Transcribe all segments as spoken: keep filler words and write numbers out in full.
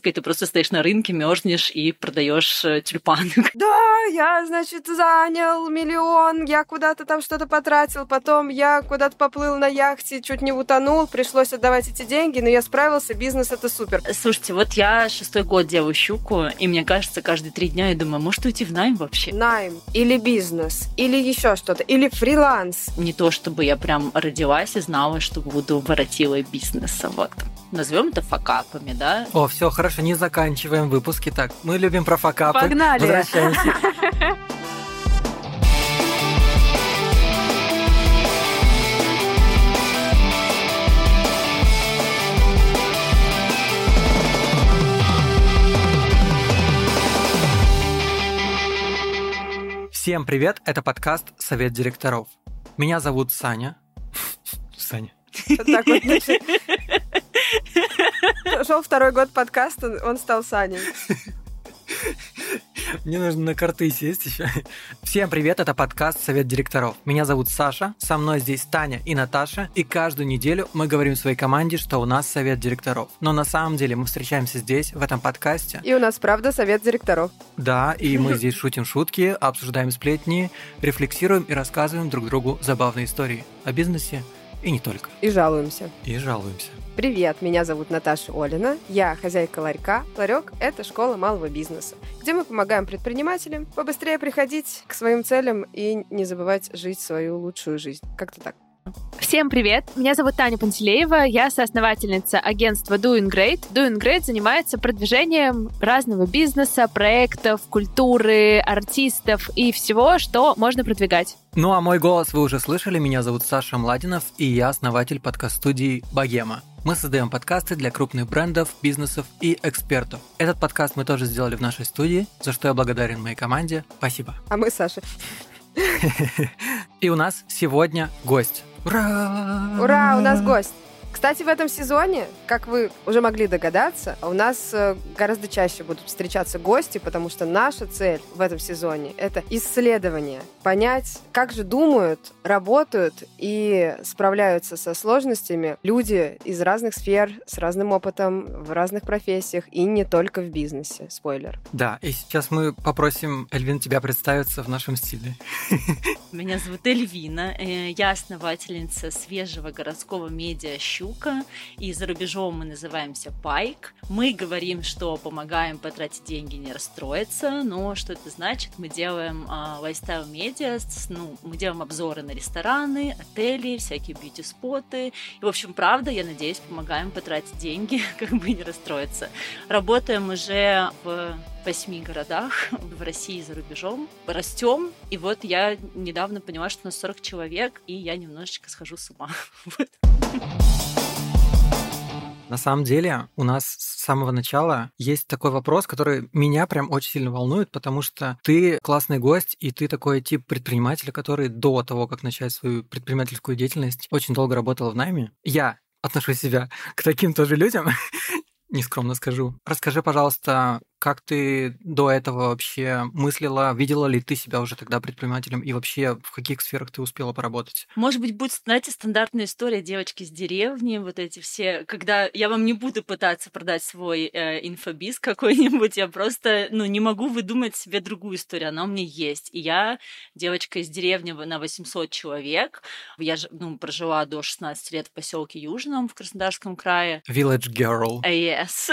и ты просто стоишь на рынке, мерзнешь и продаешь тюльпаны. Да, я, значит, занял миллион, я куда-то там что-то потратил, потом я куда-то поплыл на яхте, чуть не утонул, пришлось отдавать эти деньги, но я справился, бизнес — это супер. Слушайте, вот я шестой год делаю щуку, и мне кажется, каждые три дня я думаю, может уйти в найм вообще? Найм, или бизнес, или еще что-то, или фриланс. Не то, чтобы я прям родилась и знала, что буду воротилой бизнеса, вот. Назовем это факапами, да? О, все, хорошо, не заканчиваем выпуски. Так, мы любим про факапы. Погнали! Возвращаемся. Всем привет, это подкаст «Совет директоров». Меня зовут Саня. Саня. Так вот, шел второй год подкаста, он стал Саней. Мне нужно на карты сесть еще. Всем привет, это подкаст «Совет директоров». Меня зовут Саша, со мной здесь Таня и Наташа, и каждую неделю мы говорим своей команде, что у нас совет директоров. Но на самом деле мы встречаемся здесь, в этом подкасте. И у нас, правда, совет директоров. Да, и мы здесь шутим шутки, обсуждаем сплетни, рефлексируем и рассказываем друг другу забавные истории о бизнесе и не только. И жалуемся. И жалуемся. Привет, меня зовут Наташа Олина, я хозяйка ларька. Ларек – это школа малого бизнеса, где мы помогаем предпринимателям побыстрее приходить к своим целям и не забывать жить свою лучшую жизнь. Как-то так. Всем привет! Меня зовут Таня Пантелеева, я соосновательница агентства Doing Great. Doing Great занимается продвижением разного бизнеса, проектов, культуры, артистов и всего, что можно продвигать. Ну а мой голос вы уже слышали, меня зовут Саша Младинов, и я основатель подкаст-студии «Богема». Мы создаем подкасты для крупных брендов, бизнесов и экспертов. Этот подкаст мы тоже сделали в нашей студии, за что я благодарен моей команде. Спасибо. А мы Саша. И у нас сегодня гость. Ура! Ура, у нас гость! Кстати, в этом сезоне, как вы уже могли догадаться, у нас гораздо чаще будут встречаться гости, потому что наша цель в этом сезоне — это исследование, понять, как же думают, работают и справляются со сложностями люди из разных сфер, с разным опытом, в разных профессиях и не только в бизнесе. Спойлер. Да, и сейчас мы попросим, Эльвин, тебя представиться в нашем стиле. Меня зовут Эльвина, я основательница свежего городского медиа «Щука», и за рубежом мы называемся «Пайк». Мы говорим, что помогаем потратить деньги, не расстроиться, но что это значит? Мы делаем а, лайфстайл-медиа, ну, мы делаем обзоры на рестораны, отели, всякие бьюти-споты. И, в общем, правда, я надеюсь, помогаем потратить деньги, как бы не расстроиться. Работаем уже в восьми городах в России и за рубежом. Растем, и вот я недавно поняла, что у нас сорок человек, и я немножечко схожу с ума. На самом деле, у нас с самого начала есть такой вопрос, который меня прям очень сильно волнует, потому что ты классный гость, и ты такой тип предпринимателя, который до того, как начать свою предпринимательскую деятельность, очень долго работал в найме. Я отношу себя к таким тоже людям, нескромно скажу. Расскажи, пожалуйста, как ты до этого вообще мыслила, видела ли ты себя уже тогда предпринимателем и вообще в каких сферах ты успела поработать? Может быть, будет, знаете, стандартная история девочки с деревни, вот эти все, когда я вам не буду пытаться продать свой э, инфобиз какой-нибудь, я просто, ну, не могу выдумать себе другую историю, она у меня есть. И я девочка из деревни на восемьсот человек, я же, ну, прожила до шестнадцати лет в поселке Южном в Краснодарском крае. Village girl. Yes.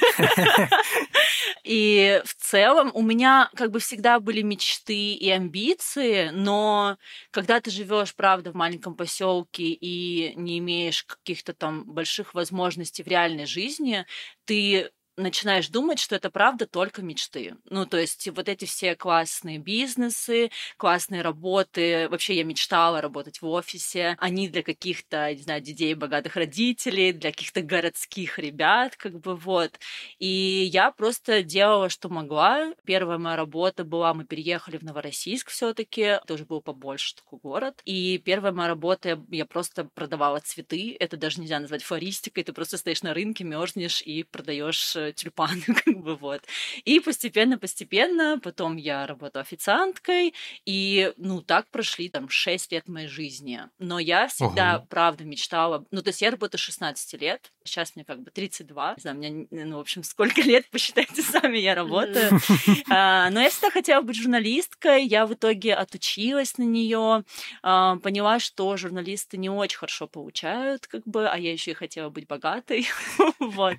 И в целом у меня как бы всегда были мечты и амбиции, но когда ты живешь, правда, в маленьком поселке и не имеешь каких-то там больших возможностей в реальной жизни, ты начинаешь думать, что это правда только мечты. Ну, то есть вот эти все классные бизнесы, классные работы. Вообще я мечтала работать в офисе. Они для каких-то, не знаю, детей богатых родителей, для каких-то городских ребят, как бы вот. И я просто делала, что могла. Первая моя работа была, мы переехали в Новороссийск все-таки, тоже был побольше такой город. И первая моя работа, я просто продавала цветы. Это даже нельзя назвать флористикой. Ты просто стоишь на рынке, мерзнешь и продаешь тюльпаны, как бы вот. И постепенно-постепенно потом я работала официанткой, и, ну, так прошли там шесть лет моей жизни. Но я всегда, Ого. правда, мечтала... Ну, то есть я работаю с шестнадцати лет, Сейчас мне как бы тридцать два. За меня, ну, в общем, сколько лет, посчитайте сами, я работаю. А, но я всегда хотела быть журналисткой. Я в итоге отучилась на нее, а, поняла, что журналисты не очень хорошо получают, как бы, а я еще и хотела быть богатой. Вот.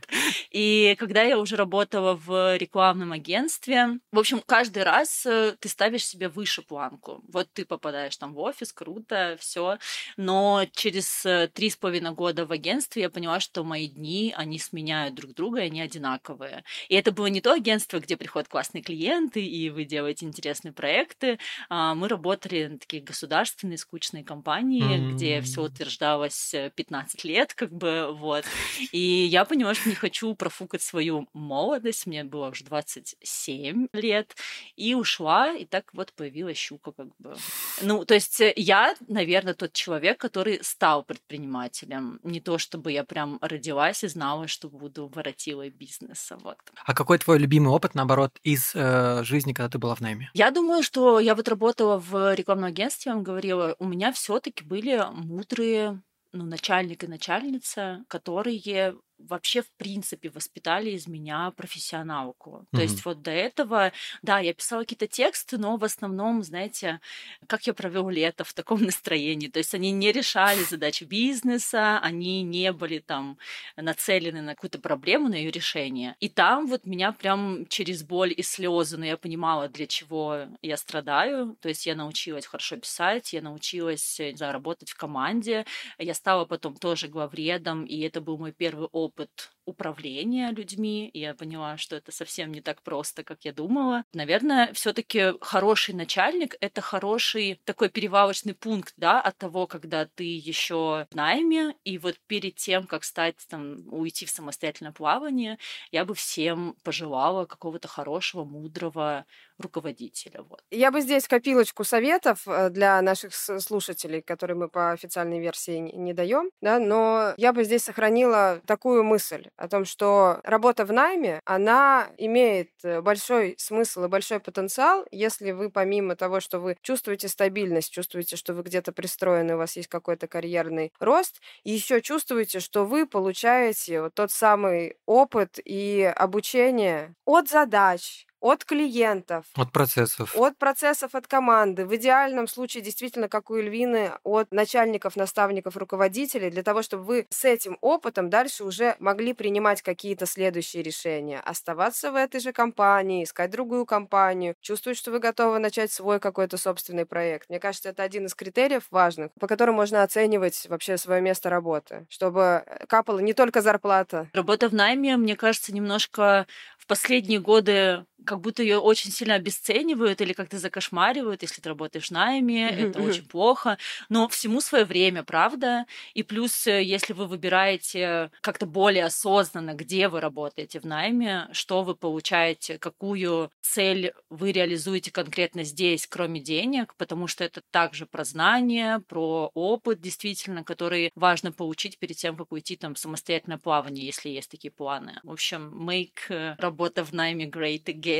И когда я уже работала в рекламном агентстве, в общем, каждый раз ты ставишь себе выше планку. Вот ты попадаешь там в офис, круто, все. Но через три с половиной года в агентстве я поняла, что мои дни, они сменяют друг друга, и они одинаковые. И это было не то агентство, где приходят классные клиенты, и вы делаете интересные проекты. Мы работали на такие государственные, скучные компании, mm-hmm. где все утверждалось пятнадцать лет, как бы, вот. И я поняла, что не хочу профукать свою молодость, мне было уже двадцать семь лет, и ушла, и так вот появилась щука, как бы. Ну, то есть я, наверное, тот человек, который стал предпринимателем. Не то, чтобы я прям родилась и знала, что буду воротилой бизнеса. Вот. А какой твой любимый опыт, наоборот, из э, жизни, когда ты была в найме? Я думаю, что я вот работала в рекламном агентстве, я вам говорила, у меня все-таки были мудрые, ну, начальник и начальница, которые вообще, в принципе, воспитали из меня профессионалку. Mm-hmm. То есть вот до этого, да, я писала какие-то тексты, но в основном, знаете, как я провел лето в таком настроении. То есть они не решали задачи бизнеса, они не были там нацелены на какую-то проблему, на ее решение. И там вот меня прям через боль и слезы, но я понимала, для чего я страдаю. То есть я научилась хорошо писать, я научилась, не знаю, работать в команде. Я стала потом тоже главредом, и это был мой первый опыт опыт управления людьми, и я поняла, что это совсем не так просто, как я думала. Наверное, все-таки хороший начальник — это хороший такой перевалочный пункт, да, от того, когда ты еще в найме, и вот перед тем, как стать, там, уйти в самостоятельное плавание, я бы всем пожелала какого-то хорошего, мудрого руководителя. Вот. Я бы здесь копилочку советов для наших слушателей, которые мы по официальной версии не даем, да, но я бы здесь сохранила такую мысль о том, что работа в найме, она имеет большой смысл и большой потенциал, если вы помимо того, что вы чувствуете стабильность, чувствуете, что вы где-то пристроены, у вас есть какой-то карьерный рост, еще чувствуете, что вы получаете вот тот самый опыт и обучение от задач, от клиентов. От процессов. От процессов, от команды. В идеальном случае, действительно, как у Эльвины, от начальников, наставников, руководителей, для того, чтобы вы с этим опытом дальше уже могли принимать какие-то следующие решения. Оставаться в этой же компании, искать другую компанию, чувствовать, что вы готовы начать свой какой-то собственный проект. Мне кажется, это один из критериев важных, по которым можно оценивать вообще свое место работы, чтобы капала не только зарплата. Работа в найме, мне кажется, немножко в последние годы как будто ее очень сильно обесценивают или как-то закошмаривают, если ты работаешь в найме, mm-hmm. это очень плохо. Но всему свое время, правда? И плюс, если вы выбираете как-то более осознанно, где вы работаете в найме, что вы получаете, какую цель вы реализуете конкретно здесь, кроме денег, потому что это также про знания, про опыт, действительно, который важно получить перед тем, как уйти там в самостоятельное плавание, если есть такие планы. В общем, make работа в найме great again.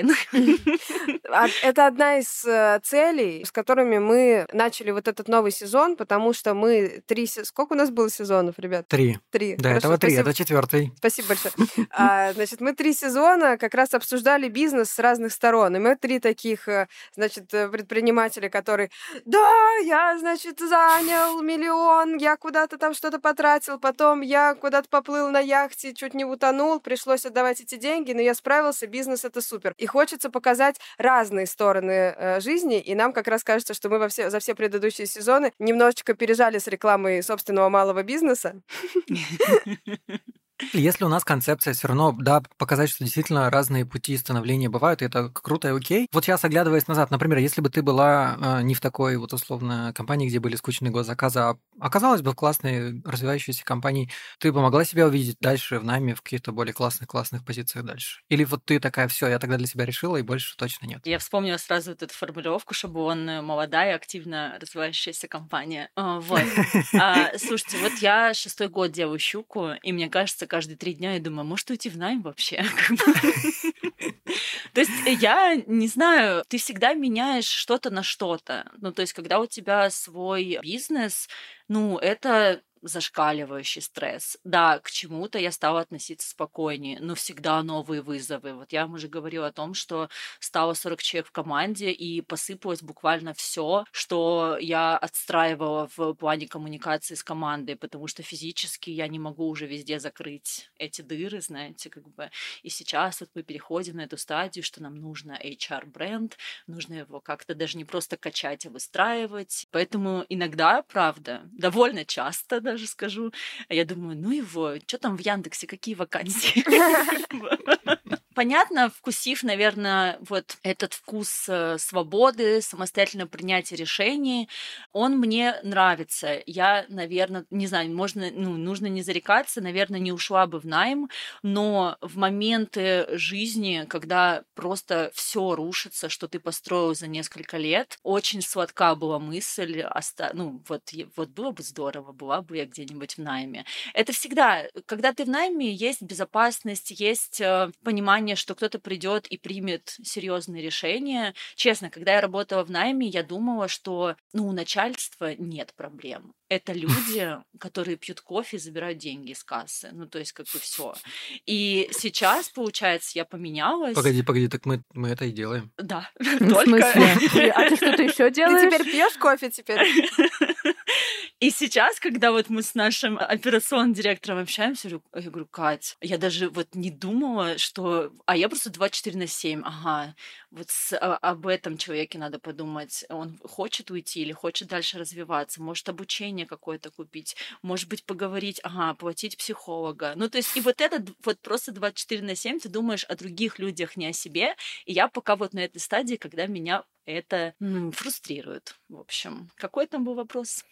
Это одна из целей, с которыми мы начали вот этот новый сезон, потому что мы три... Сколько у нас было сезонов, ребят? Три. Три. До этого три, это четвертый. Спасибо большое. А, значит, мы три сезона как раз обсуждали бизнес с разных сторон. И мы три таких, значит, предпринимателя, которые, да, я, значит, занял миллион, я куда-то там что-то потратил, потом я куда-то поплыл на яхте, чуть не утонул, пришлось отдавать эти деньги, но я справился, бизнес — это супер. И хочется показать разные стороны э, жизни, и нам как раз кажется, что мы во все, за все предыдущие сезоны немножечко пережали с рекламой собственного малого бизнеса. Если у нас концепция все равно, да, показать, что действительно разные пути становления бывают, и это круто и окей. Вот сейчас, оглядываясь назад, например, если бы ты была э, не в такой вот условно компании, где были скучные госзаказы, а оказалась бы в классной развивающейся компании, ты бы могла себя увидеть дальше в найме в каких-то более классных-классных позициях дальше? Или вот ты такая, все, я тогда для себя решила, и больше точно нет? Я вспомнила сразу вот эту формулировку, шаблон, молодая, активно развивающаяся компания. Вот. Слушайте, вот я шестой год делаю щуку, и мне кажется, каждые три дня я думаю, может уйти в найм вообще? То есть я не знаю, ты всегда меняешь что-то на что-то. Ну, то есть когда у тебя свой бизнес, ну, это зашкаливающий стресс. Да, к чему-то я стала относиться спокойнее, но всегда новые вызовы. Вот я вам уже говорила о том, что стало сорок человек в команде, и посыпалось буквально все, что я отстраивала в плане коммуникации с командой, потому что физически я не могу уже везде закрыть эти дыры, знаете, как бы. И сейчас вот мы переходим на эту стадию, что нам нужно эйч ар-бренд, нужно его как-то даже не просто качать, а выстраивать. Поэтому иногда, правда, довольно часто даже скажу, я думаю, ну его, что там в Яндексе, какие вакансии? Понятно, вкусив, наверное, вот этот вкус э, свободы, самостоятельного принятия решений, он мне нравится. Я, наверное, не знаю, можно, ну, нужно не зарекаться, наверное, не ушла бы в найм, но в моменты жизни, когда просто все рушится, что ты построил за несколько лет, очень сладка была мысль, оста... ну, вот, вот было бы здорово, была бы я где-нибудь в найме. Это всегда, когда ты в найме, есть безопасность, есть э, понимание, что кто-то придет и примет серьезные решения. Честно, когда я работала в найме, я думала, что ну, у начальства нет проблем. Это люди, которые пьют кофе и забирают деньги из кассы. Ну, то есть, как бы все. И сейчас, получается, я поменялась. Погоди, погоди, так мы, мы это и делаем. Да, В только. смысле? А ты что-то еще Ты делаешь? теперь пьешь кофе теперь? И сейчас, когда вот мы с нашим операционным директором общаемся, я говорю, Кать, я даже вот не думала, что... А я просто двадцать четыре на семь. Ага, вот с, а, об этом человеке надо подумать. Он хочет уйти или хочет дальше развиваться? Может, обучение какое-то купить? Может быть, поговорить? Ага, оплатить психолога. Ну, то есть, и вот это вот просто двадцать четыре на семь ты думаешь о других людях, не о себе. И я пока вот на этой стадии, когда меня это м, фрустрирует. В общем, какой там был вопрос?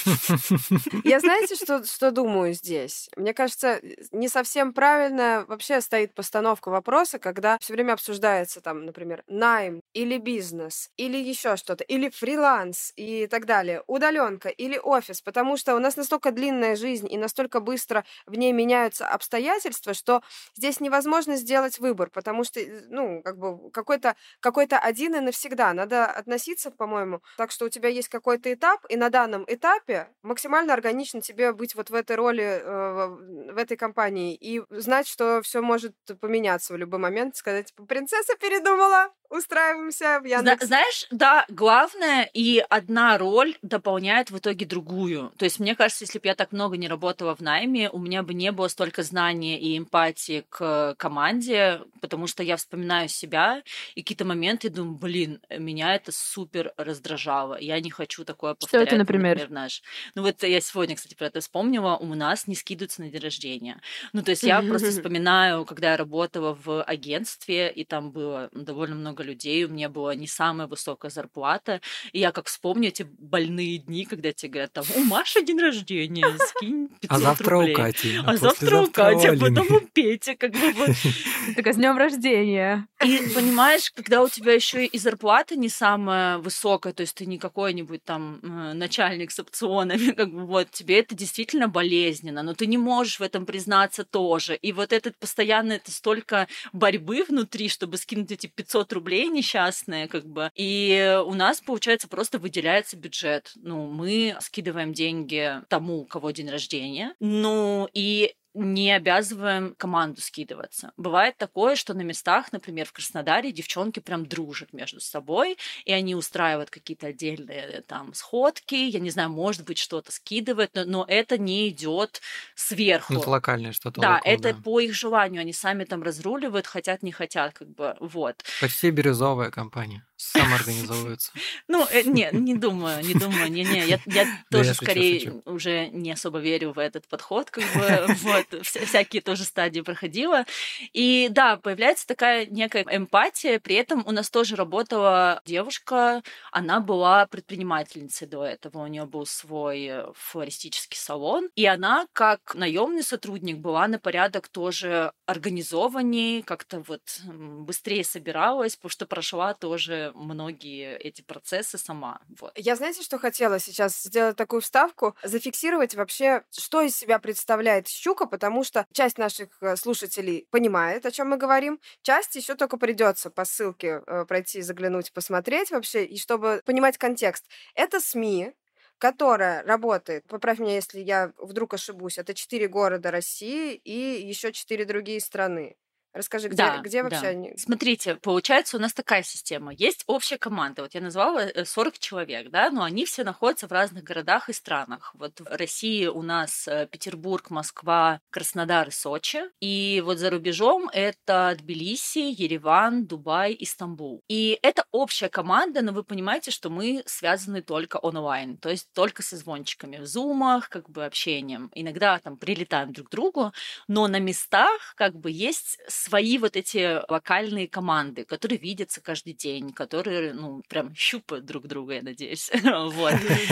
Я знаете, что, что думаю здесь? Мне кажется, не совсем правильно вообще стоит постановка вопроса, когда все время обсуждается там, например, найм или бизнес, или еще что-то, или фриланс и так далее, удаленка или офис, потому что у нас настолько длинная жизнь и настолько быстро в ней меняются обстоятельства, что здесь невозможно сделать выбор, потому что, ну, как бы какой-то какой-то один и навсегда. Надо относиться, по-моему, так что у тебя есть какой-то этап, и на данном этапе максимально органично тебе быть вот в этой роли, э, в этой компании, и знать, что все может поменяться в любой момент, сказать, принцесса передумала, устраиваемся в Зна- Яндекс. Знаешь, да, главное, и одна роль дополняет в итоге другую. То есть, мне кажется, если бы я так много не работала в найме, у меня бы не было столько знания и эмпатии к команде, потому что я вспоминаю себя и какие-то моменты думаю, блин, меня это супер раздражало. Я не хочу такое Что повторять, это, например? например, наш. Ну вот я сегодня, кстати, про это вспомнила, у нас не скидываются на день рождения. Ну, то есть я просто вспоминаю, когда я работала в агентстве, и там было довольно много людей, у меня была не самая высокая зарплата, и я как вспомню эти больные дни, когда тебе говорят, там, у Маши день рождения, скинь пятьсот А завтра рублей. у Кати, А завтра у послезавтра Кати, а Алины. потом у Пети, как бы вот. Так, а с днем рождения. И понимаешь, когда у тебя еще и зарплата не самая высокая, то есть ты не какой-нибудь там э, начальник с опционами, как бы вот, тебе это действительно болезненно, но ты не можешь в этом признаться тоже. И вот этот постоянно, это столько борьбы внутри, чтобы скинуть эти пятьсот рублей несчастные, как бы. И у нас, получается, просто выделяется бюджет. Ну, мы скидываем деньги тому, у кого день рождения. Ну, и не обязываем команду скидываться. Бывает такое, что на местах, например, в Краснодаре, девчонки прям дружат между собой, и они устраивают какие-то отдельные там сходки, я не знаю, может быть, что-то скидывают, но, но это не идет сверху. Ну, это локальное что-то. Да, около, это да. по их желанию, они сами там разруливают, хотят, не хотят, как бы, вот. Почти бирюзовая компания. Самоорганизовываются. Ну, э, не, не думаю, не думаю, не-не, я, я Да тоже я шучу, скорее шучу. уже не особо верю в этот подход, как бы, вот, вся- всякие тоже стадии проходила. И да, появляется такая некая эмпатия, при этом у нас тоже работала девушка, она была предпринимательницей до этого, у нее был свой э, флористический салон, и она, как наемный сотрудник, была на порядок тоже организованней, как-то вот м, быстрее собиралась, потому что прошла тоже многие эти процессы сама. Вот. Я, знаете, что хотела сейчас сделать такую вставку, зафиксировать вообще, что из себя представляет щука, потому что часть наших э, слушателей понимает, о чем мы говорим, часть еще только придется по ссылке э, пройти, заглянуть, посмотреть вообще, и чтобы понимать контекст. Это СМИ, которая работает, поправь меня, если я вдруг ошибусь, это четыре города России и еще четыре другие страны. Расскажи, где, Да, где вообще да. они? Смотрите, получается, у нас такая система. Есть общая команда. Вот я назвала э, сорок человек, да, но они все находятся в разных городах и странах. Вот в России у нас э, Петербург, Москва, Краснодар и Сочи. И вот за рубежом это Тбилиси, Ереван, Дубай и Стамбул. И это общая команда, но вы понимаете, что мы связаны только онлайн, то есть только созвончиками в зумах, как бы общением. Иногда там прилетаем друг к другу, но на местах как бы есть свои вот эти локальные команды, которые видятся каждый день, которые, ну, прям щупают друг друга, я надеюсь. Вот.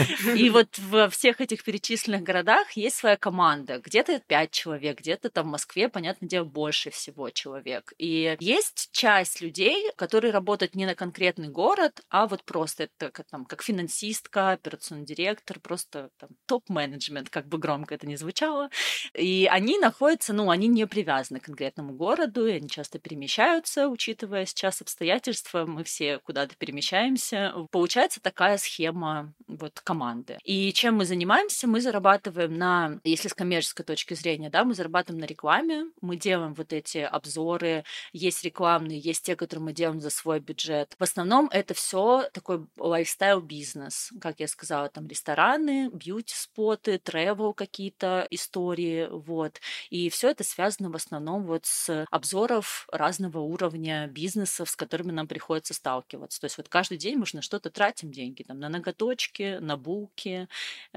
И вот во всех этих перечисленных городах есть своя команда. Где-то пять человек, где-то там в Москве, понятное дело, больше всего человек. И есть часть людей, которые работают не на конкретный город, а вот просто это как, там, как финансистка, операционный директор, просто там топ-менеджмент, как бы громко это ни звучало. И они находятся, ну, они не привязаны к конкретному городу, и они часто перемещаются, учитывая сейчас обстоятельства, мы все куда-то перемещаемся. Получается такая схема вот команды. И чем мы занимаемся? Мы зарабатываем на, если с коммерческой точки зрения, да, мы зарабатываем на рекламе, мы делаем вот эти обзоры, есть рекламные, есть те, которые мы делаем за свой бюджет. В основном это все такой лайфстайл-бизнес, как я сказала, там рестораны, бьюти-споты, тревел какие-то истории, вот. И все это связано в основном вот с обзоров разного уровня бизнесов, с которыми нам приходится сталкиваться. То есть вот каждый день мы же на что-то тратим деньги, там, на ноготочки, на булки,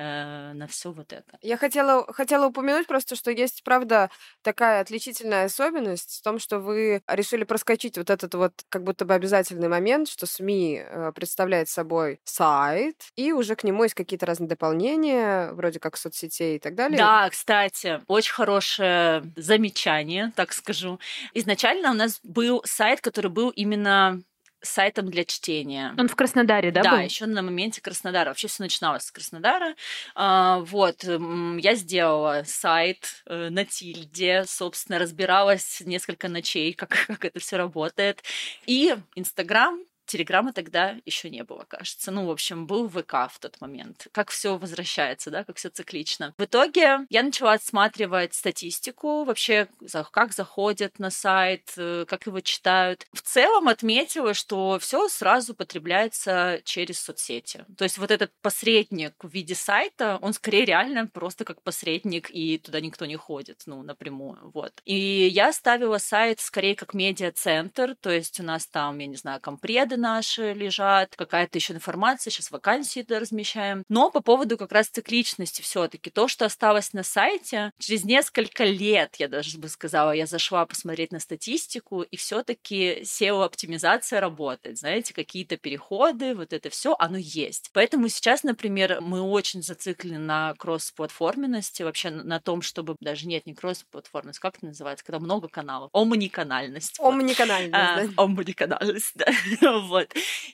э, на все вот это. Я хотела, хотела упомянуть просто, что есть, правда, такая отличительная особенность в том, что вы решили проскочить вот этот вот как будто бы обязательный момент, что СМИ э, представляет собой сайт, и уже к нему есть какие-то разные дополнения, вроде как соцсетей и так далее. Да, кстати, очень хорошее замечание, так скажу. Изначально у нас был сайт, который был именно сайтом для чтения. Он в Краснодаре, да, Да, был? еще на моменте Краснодара. Вообще все начиналось с Краснодара. А, вот, я сделала сайт э, на Тильде, собственно, разбиралась несколько ночей, как, как это все работает. И Инстаграм, Телеграма тогда еще не было, кажется. Ну, в общем, был ВК в тот момент. Как все возвращается, да, как все циклично. В итоге я начала отсматривать статистику, вообще, как заходят на сайт, как его читают. В целом отметила, что все сразу потребляется через соцсети. То есть вот этот посредник в виде сайта, он скорее реально просто как посредник, и туда никто не ходит, ну, напрямую, вот. И я ставила сайт скорее как медиа-центр, то есть у нас там, я не знаю, компреды наши лежат, какая-то еще информация, сейчас вакансии размещаем. Но по поводу как раз цикличности все-таки, то, что осталось на сайте, через несколько лет, я даже бы сказала, я зашла посмотреть на статистику, и все-таки сео-оптимизация работает. Знаете, какие-то переходы, вот это все, оно есть. Поэтому сейчас, например, мы очень зациклены на кросс-платформенности, вообще на том, чтобы даже нет, не кросс-платформенность, как это называется, когда много каналов, омниканальность. Омниканальность, вот. а, да. Омниканальность, да. Вот.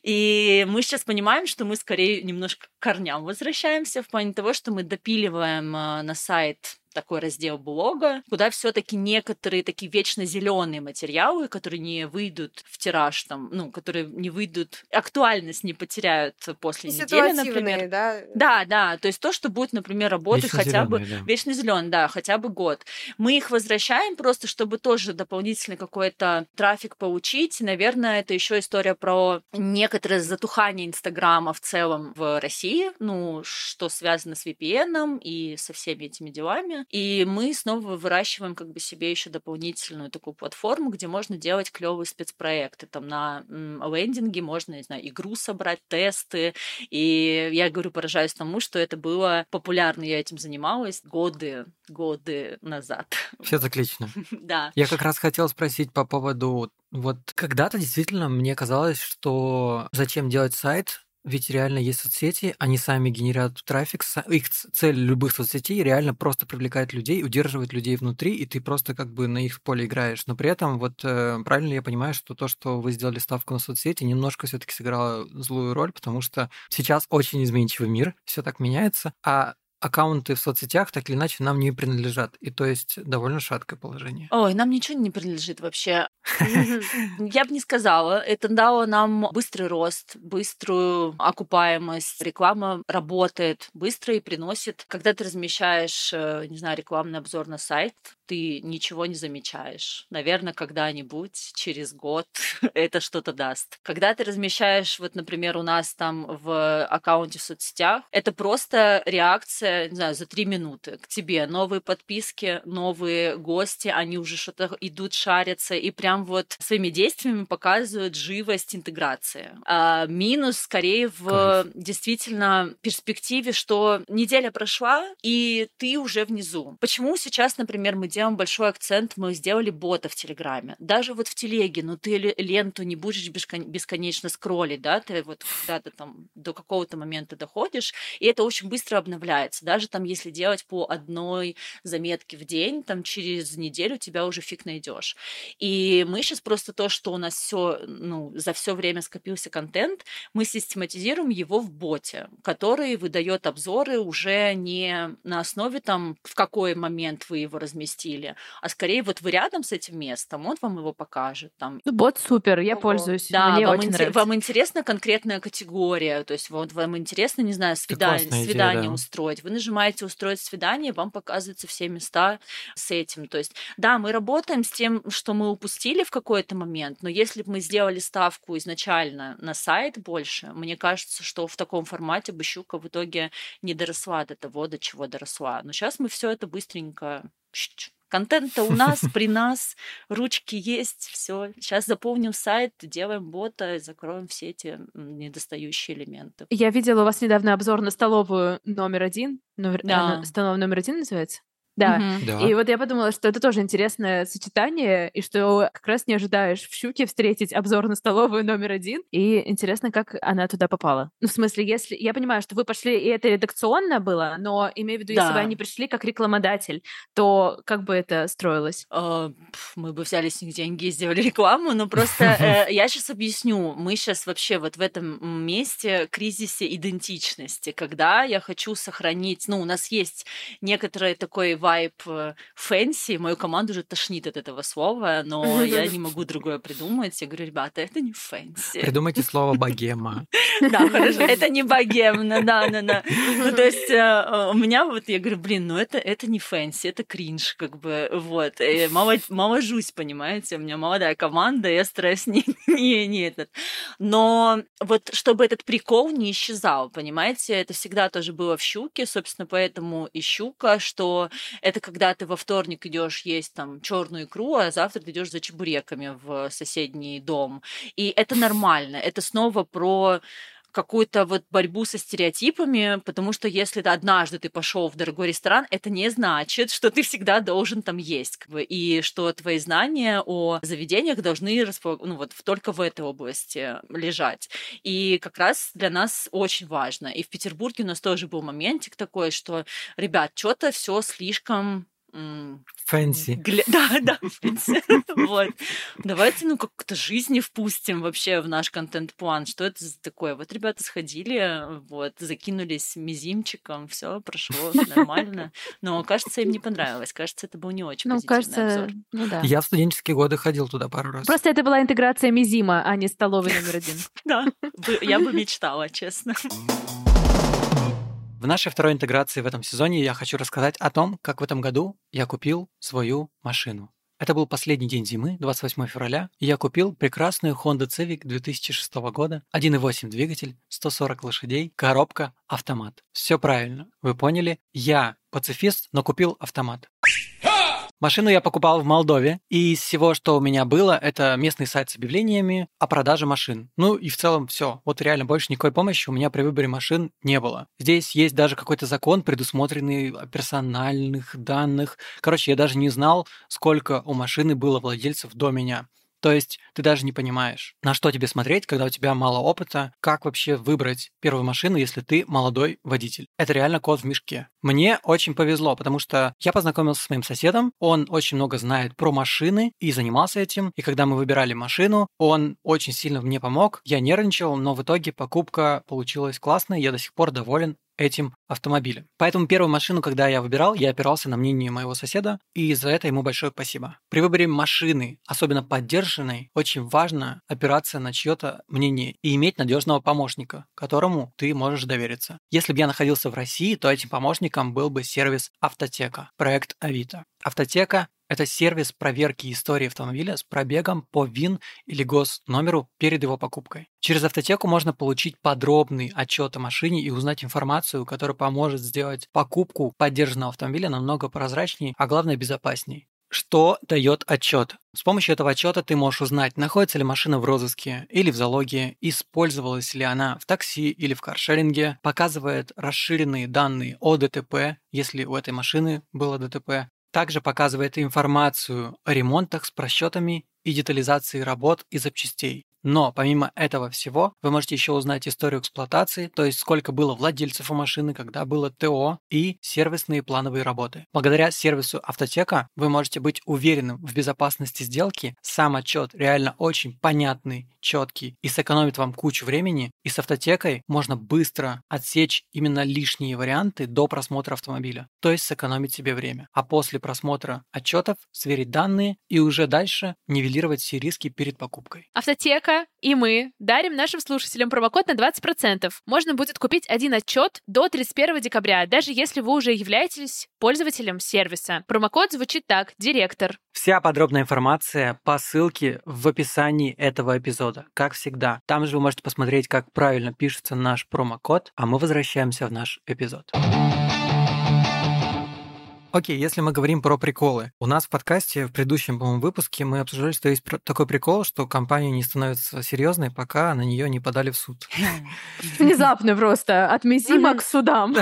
И мы сейчас понимаем, что мы скорее немножко к корням возвращаемся в плане того, что мы допиливаем на сайт такой раздел блога, куда все-таки некоторые такие вечно зеленые материалы, которые не выйдут в тираж, там, ну, которые не выйдут, актуальность не потеряют после И недели, например. Да? Да, да, то есть то, что будет, например, работать Вечно хотя бы зелёные, да. вечно зеленый, да, хотя бы год. Мы их возвращаем просто, чтобы тоже дополнительный какой-то трафик получить. Наверное, это еще история про некоторое затухание Инстаграма в целом в России, ну, что связано с ви пи эн и со всеми этими делами. И мы снова выращиваем как бы себе еще дополнительную такую платформу, где можно делать клевые спецпроекты. Там на м, лендинге можно, не знаю, игру собрать, тесты. И я говорю, поражаюсь тому, что это было популярно. Я этим занималась годы, годы назад. Все циклично. Да. Я как раз хотел спросить по поводу... Вот когда-то действительно мне казалось, что зачем делать сайт, ведь реально есть соцсети, они сами генерируют трафик, их цель любых соцсетей реально просто привлекать людей, удерживать людей внутри, и ты просто как бы на их поле играешь. Но при этом вот э, правильно я понимаю, что то, что вы сделали ставку на соцсети, немножко все-таки сыграло злую роль, потому что сейчас очень изменчивый мир, все так меняется, а аккаунты в соцсетях так или иначе нам не принадлежат. И то есть довольно шаткое положение. Ой, нам ничего не принадлежит вообще. Я бы не сказала. Это дало нам быстрый рост, быструю окупаемость. Реклама работает быстро и приносит. Когда ты размещаешь, не знаю, рекламный обзор на сайт, ты ничего не замечаешь. Наверное, когда-нибудь, через год, это что-то даст. Когда ты размещаешь, вот, например, у нас там в аккаунте в соцсетях, это просто реакция, не знаю, за три минуты к тебе. Новые подписки, новые гости, они уже что-то идут, шарятся, и прям вот своими действиями показывают живость интеграции. А минус скорее в Кайф. Действительно перспективе, что неделя прошла, и ты уже внизу. Почему сейчас, например, мы делаем большой акцент, мы сделали бота в Телеграме. Даже вот в Телеге, ну ты ленту не будешь бесконечно скроллить, да, ты вот когда-то там до какого-то момента доходишь, и это очень быстро обновляется. Даже там, если делать по одной заметке в день, там через неделю тебя уже фиг найдешь. И мы сейчас просто то, что у нас все, ну, за все время скопился контент, мы систематизируем его в боте, который выдает обзоры уже не на основе там, в какой момент вы его разместили, а скорее вот вы рядом с этим местом, он вам его покажет. Там. Ну, бот супер, я Ого. пользуюсь. Да, Мне вам, очень ин- нравится. вам интересна конкретная категория, то есть вот вам интересно, не знаю, свида- классная свидание идея, да. устроить. Вы нажимаете «Устроить свидание», вам показываются все места с этим. То есть, да, мы работаем с тем, что мы упустили в какой-то момент, но если бы мы сделали ставку изначально на сайт больше, мне кажется, что в таком формате бы щука в итоге не доросла до того, до чего доросла. Но сейчас мы все это быстренько... Контент-то у нас, при нас, ручки есть, все. Сейчас заполним сайт, делаем бота, закроем все эти недостающие элементы. Я видела у вас недавно обзор на столовую номер один. Номер... Да. э, столовая номер один называется? Да. Мгм. Да. И вот я подумала, что это тоже интересное сочетание, и что как раз не ожидаешь в «Щуке» встретить обзор на столовую номер один. И интересно, как она туда попала. Ну, в смысле, если... Я понимаю, что вы пошли, и это редакционно было, но имею в виду, если Да. бы они пришли как рекламодатель, то как бы это строилось? Э, пф, Мы бы взяли с них деньги и сделали рекламу, но просто э, я сейчас объясню. Мы сейчас вообще вот в этом месте кризисе идентичности, когда я хочу сохранить... Ну, у нас есть некоторый такой вайб фэнси, мою команду уже тошнит от этого слова, но я не могу другое придумать. Я говорю, ребята, это не фэнси. Придумайте слово «богема». Да, хорошо, это не богемно, да, да, да. Ну, то есть э, у меня вот, я говорю, блин, ну это, это не фэнси, это кринж, как бы, вот. И мало, мало жусь, понимаете, у меня молодая команда, я стараюсь не, не, не этот. Но вот чтобы этот прикол не исчезал, понимаете, это всегда тоже было в «Щуке», собственно, поэтому и «Щука», что это когда ты во вторник идешь есть там черную икру, а завтра ты идешь за чебуреками в соседний дом. И это нормально. Это снова про какую-то вот борьбу со стереотипами, потому что если ты однажды ты пошел в дорогой ресторан, это не значит, что ты всегда должен там есть, как бы, и что твои знания о заведениях должны распол... ну, вот, только в этой области лежать. И как раз для нас очень важно. И в Петербурге у нас тоже был моментик такой, что, ребят, что-то все слишком... Фэнси. Гля... Да, да, фэнси. Вот. Давайте, ну, как-то жизни впустим вообще в наш контент-план. Что это за такое? Вот ребята сходили, вот, закинулись мизимчиком, все прошло нормально. Но, кажется, им не понравилось. Кажется, это был не очень Ну, позитивный кажется, обзор. ну да. Я в студенческие годы ходил туда пару раз. Просто это была интеграция Мизима, а не столовой номер один. Да, бы- я бы мечтала, честно. В нашей второй интеграции в этом сезоне я хочу рассказать о том, как в этом году я купил свою машину. Это был последний день зимы, двадцать восьмого февраля, и я купил прекрасную Honda Civic две тысячи шестого года, один и восемь двигатель, сто сорок лошадей, коробка, автомат. Все правильно, вы поняли, я пацифист, но купил автомат. Машину я покупал в Молдове, и из всего, что у меня было, это местный сайт с объявлениями о продаже машин. Ну и в целом все. Вот реально больше никакой помощи у меня при выборе машин не было. Здесь есть даже какой-то закон, предусмотренный о персональных данных. Короче, я даже не знал, сколько у машины было владельцев до меня. То есть ты даже не понимаешь, на что тебе смотреть, когда у тебя мало опыта, как вообще выбрать первую машину, если ты молодой водитель. Это реально кот в мешке. Мне очень повезло, потому что я познакомился с моим соседом, он очень много знает про машины и занимался этим, и когда мы выбирали машину, он очень сильно мне помог, я нервничал, но в итоге покупка получилась классной, я до сих пор доволен этим автомобилем. Поэтому первую машину, когда я выбирал, я опирался на мнение моего соседа, и за это ему большое спасибо. При выборе машины, особенно поддержанной, очень важно опираться на чье-то мнение и иметь надежного помощника, которому ты можешь довериться. Если бы я находился в России, то этим помощником был бы сервис «Автотека», проект Авито. «Автотека» — это сервис проверки истории автомобиля с пробегом по ВИН или госномеру перед его покупкой. Через автотеку можно получить подробный отчет о машине и узнать информацию, которая поможет сделать покупку поддержанного автомобиля намного прозрачнее, а главное безопаснее. Что дает отчет? С помощью этого отчета ты можешь узнать, находится ли машина в розыске или в залоге, использовалась ли она в такси или в каршеринге, показывает расширенные данные о ДТП, если у этой машины было ДТП, также показывает информацию о ремонтах с просчетами и детализацией работ и запчастей. Но помимо этого всего, вы можете еще узнать историю эксплуатации, то есть сколько было владельцев у машины, когда было ТО и сервисные плановые работы. Благодаря сервису Автотека вы можете быть уверенным в безопасности сделки. Сам отчет реально очень понятный, четкий и сэкономит вам кучу времени. И с Автотекой можно быстро отсечь именно лишние варианты до просмотра автомобиля, то есть сэкономить себе время. А после просмотра отчетов сверить данные и уже дальше нивелировать все риски перед покупкой. Автотека и мы дарим нашим слушателям промокод на двадцать процентов. Можно будет купить один отчет до тридцать первого декабря, даже если вы уже являетесь пользователем сервиса. Промокод звучит так: директор. Вся подробная информация по ссылке в описании этого эпизода, как всегда. Там же вы можете посмотреть, как правильно пишется наш промокод, а мы возвращаемся в наш эпизод. Окей, если мы говорим про приколы. У нас в подкасте в предыдущем, по-моему, выпуске мы обсуждали, что есть такой прикол, что компания не становится серьезной, пока на нее не подали в суд. Внезапно просто от мизима к судам.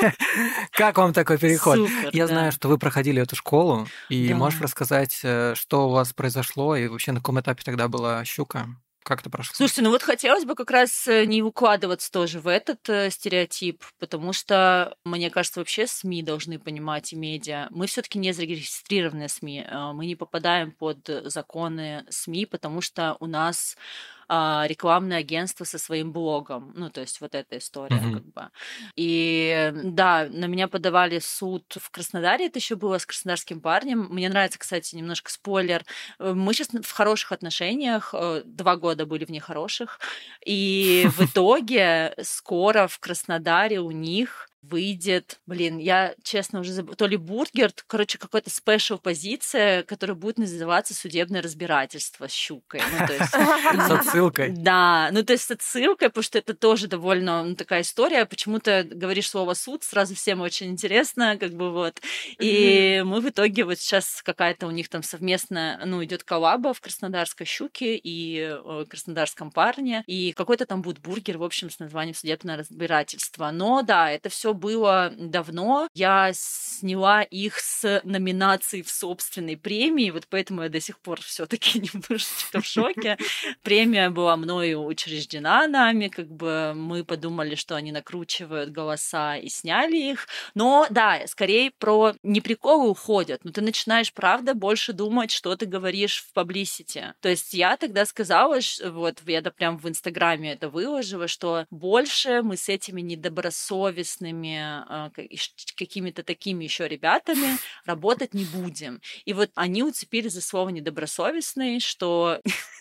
Как вам такой переход? Супер, Я да. знаю, что вы проходили эту школу, и Да. можешь рассказать, э, что у вас произошло, и вообще на каком этапе тогда была щука? Как это прошло? Слушайте, ну вот хотелось бы как раз э, не укладываться тоже в этот э, стереотип, потому что, мне кажется, вообще СМИ должны понимать и медиа. Мы все-таки не зарегистрированные СМИ, э, мы не попадаем под законы СМИ, потому что у нас а, рекламное агентство со своим блогом. Ну, то есть вот эта история Мгм. как бы. И да, на меня подавали в суд в Краснодаре, это еще было с краснодарским парнем. Мне нравится, кстати, немножко спойлер. Э, Мы сейчас в хороших отношениях, э, два года были в нехороших, и в итоге скоро в Краснодаре у них выйдет, блин, я честно уже забыла, то ли бургер, короче, какая-то спешл позиция, которая будет называться судебное разбирательство с щукой. Ну, то есть, С отсылкой. да, ну то есть с отсылкой, потому что это тоже довольно ну, такая история. Почему-то говоришь слово суд, сразу всем очень интересно, как бы вот. И мы в итоге вот сейчас какая-то у них там совместная, ну идет коллаба в краснодарской щуке и э, краснодарском парне, и какой-то там будет бургер, в общем, с названием судебное разбирательство. Но да, это все было давно. Я сняла их с номинаций в собственной премии, вот поэтому я до сих пор все-таки немножечко в шоке. Премия была мною учреждена нами, как бы мы подумали, что они накручивают голоса и сняли их. Но да, скорее про не приколы уходят, но ты начинаешь, правда, больше думать, что ты говоришь в паблисити. То есть я тогда сказала, ш- вот я да прям в Инстаграме это выложила, что больше мы с этими недобросовестными э, ка- и ш- какими-то такими еще ребятами работать не будем. И вот они уцепили за слово недобросовестный, что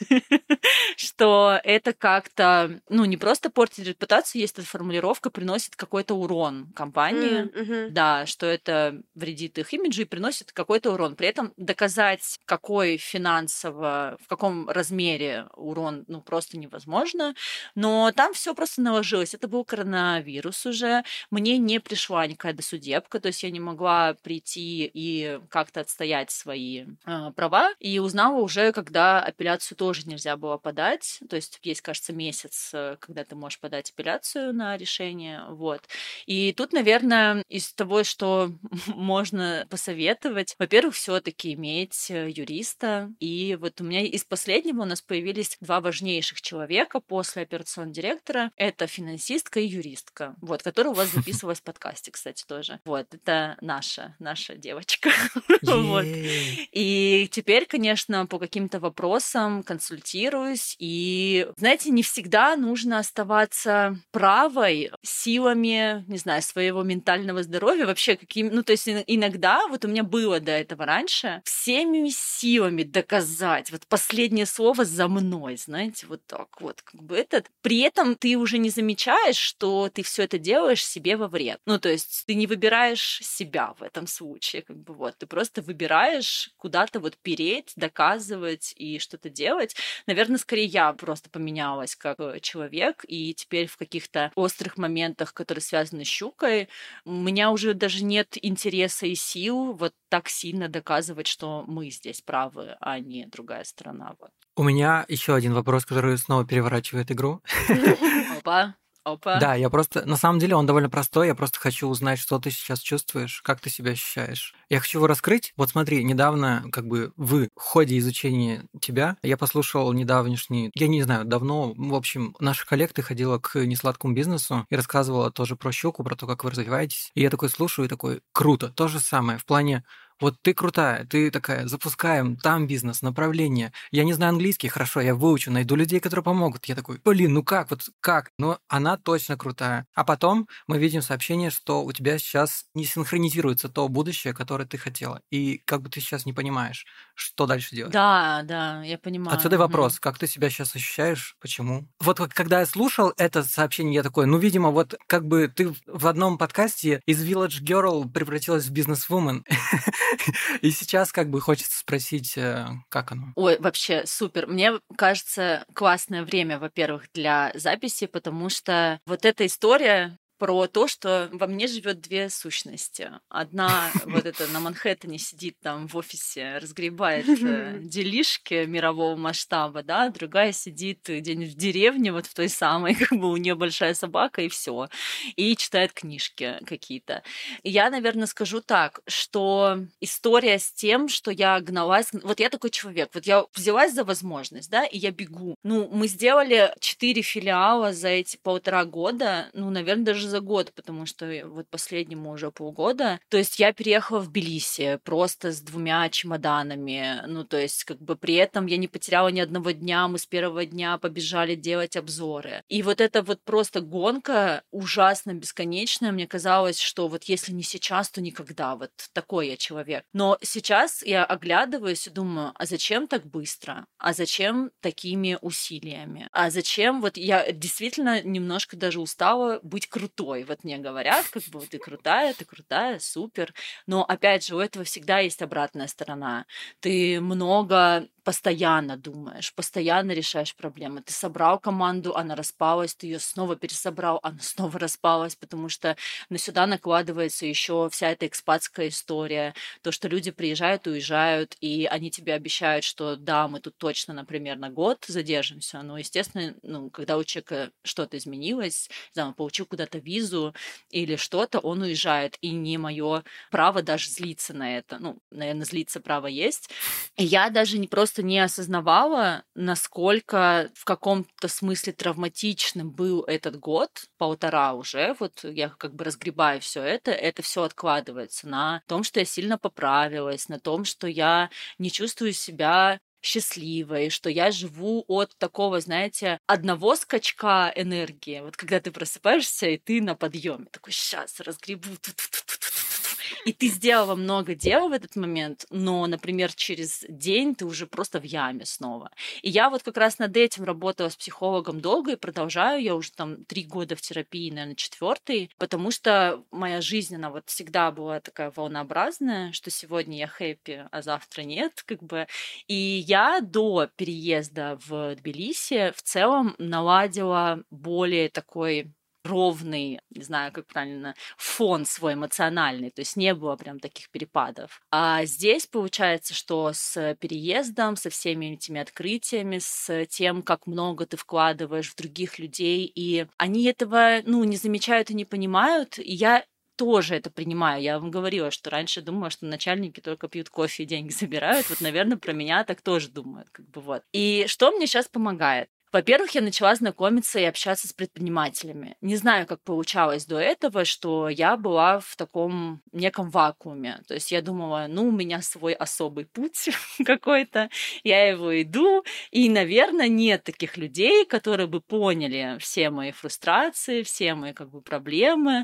что это как-то, ну, не просто портит репутацию, есть эта формулировка, приносит какой-то урон компании. М, мгм. Да, что это вредит их имиджу и приносит какой-то урон. При этом доказать, какой финансово, в каком размере урон, ну, просто невозможно. Но там все просто наложилось. Это был коронавирус уже. Мне не пришла никакая досудебка, то есть я не могла прийти и как-то отстоять свои э, права. И узнала уже, когда апелляцию тоже нельзя было подать. То есть есть, кажется, месяц, э, когда ты можешь подать апелляцию на решение. Вот. И тут, наверное, из того, что можно посоветовать, во-первых, все-таки иметь э, юриста. И вот у меня из последнего у нас появились два важнейших человека после операционного директора. Это финансистка и юристка, вот, которая у вас записывалась в подкасте, кстати, тоже. Вот, это наша, наша девочка. Вот. Е-е. И теперь, конечно, по каким-то вопросам консультируюсь, и И, знаете, не всегда нужно оставаться правой силами, не знаю, своего ментального здоровья, вообще каким, ну, то есть иногда, вот у меня было до этого раньше, всеми силами доказать, вот последнее слово за мной, знаете, вот так вот, как бы этот. При этом ты уже не замечаешь, что ты все это делаешь себе во вред. Ну, то есть ты не выбираешь себя в этом случае, как бы вот, ты просто выбираешь куда-то вот переть, доказывать и что-то делать. Наверное, скорее я просто поменялась как человек, и теперь в каких-то острых моментах, которые связаны с щукой, у меня уже даже нет интереса и сил вот так сильно доказывать, что мы здесь правы, а не другая сторона. Вот. У меня еще один вопрос, который снова переворачивает игру. Опа. Опа. Да, я просто... На самом деле он довольно простой, я просто хочу узнать, что ты сейчас чувствуешь, как ты себя ощущаешь. Я хочу его раскрыть. Вот смотри, недавно, как бы в ходе изучения тебя, я послушал недавнешний... Я не знаю, давно, в общем, наша коллега ходила к несладкому бизнесу и рассказывала тоже про щуку, про то, как вы развиваетесь. И я такой слушаю и такой, круто, то же самое, в плане... Вот ты крутая, ты такая, запускаем там бизнес, направление. Я не знаю английский, хорошо, я выучу, найду людей, которые помогут. Я такой, блин, ну как, вот как? Но она точно крутая. А потом мы видим сообщение, что у тебя сейчас не синхронизируется то будущее, которое ты хотела. И как бы ты сейчас не понимаешь, что дальше делать. Да, да, я понимаю. Отсюда вопрос, как ты себя сейчас ощущаешь, почему? Вот когда я слушал это сообщение, я такой, ну, видимо, вот как бы ты в одном подкасте из Village Girl превратилась в бизнес-вумен. И сейчас как бы хочется спросить, как оно? Ой, вообще супер. Мне кажется, классное время, во-первых, для записи, потому что вот эта история про то, что во мне живет две сущности. Одна вот это на Манхэттене сидит там в офисе, разгребает делишки мирового масштаба, да, другая сидит где-нибудь в деревне, вот в той самой, как бы у нее большая собака и все, и читает книжки какие-то. Я, наверное, скажу так, что история с тем, что я гналась, вот я такой человек, вот я взялась за возможность, да, и я бегу. Ну, мы сделали четыре филиала за эти полтора года, ну, наверное, даже за год, потому что вот последнему уже полгода. То есть я переехала в Тбилиси просто с двумя чемоданами. Ну, то есть как бы при этом я не потеряла ни одного дня. Мы с первого дня побежали делать обзоры. И вот эта вот просто гонка ужасно бесконечная. Мне казалось, что вот если не сейчас, то никогда. Вот такой я человек. Но сейчас я оглядываюсь и думаю, а зачем так быстро? А зачем такими усилиями? А зачем? Вот я действительно немножко даже устала быть крутой. Вот мне говорят, как бы ты крутая, ты крутая, супер. Но опять же, у этого всегда есть обратная сторона. Ты много постоянно думаешь, постоянно решаешь проблемы. Ты собрал команду, она распалась, ты ее снова пересобрал, она снова распалась, потому что на сюда накладывается еще вся эта экспатская история, то, что люди приезжают, уезжают, и они тебе обещают, что да, мы тут точно, например, на год задержимся, но, естественно, ну, когда у человека что-то изменилось, не знаю, он получил куда-то визу или что-то, он уезжает, и не мое право даже злиться на это. Ну, наверное, злиться право есть. И я даже не просто не осознавала, насколько в каком-то смысле травматичным был этот год, полтора уже, вот я как бы разгребаю все это, это все откладывается на том, что я сильно поправилась, на том, что я не чувствую себя счастливой, что я живу от такого, знаете, одного скачка энергии. Вот когда ты просыпаешься, и ты на подъеме, такой, сейчас разгребу, и ты сделала много дел в этот момент, но, например, через день ты уже просто в яме снова. И я вот как раз над этим работала с психологом долго и продолжаю. Я уже там три года в терапии, наверное, четвертый, потому что моя жизнь, она вот всегда была такая волнообразная, что сегодня я хэппи, а завтра нет, как бы. И я до переезда в Тбилиси в целом наладила более такой ровный, не знаю, как правильно, фон свой эмоциональный, то есть не было прям таких перепадов. А здесь получается, что с переездом, со всеми этими открытиями, с тем, как много ты вкладываешь в других людей, и они этого, ну, не замечают и не понимают, и я тоже это принимаю. Я вам говорила, что раньше думала, что начальники только пьют кофе и деньги забирают. Вот, наверное, про меня так тоже думают. Как бы вот. И что мне сейчас помогает? Во-первых, я начала знакомиться и общаться с предпринимателями. Не знаю, как получалось до этого, что я была в таком неком вакууме. То есть я думала, ну, у меня свой особый путь какой-то, я его иду, и, наверное, нет таких людей, которые бы поняли все мои фрустрации, все мои как бы проблемы.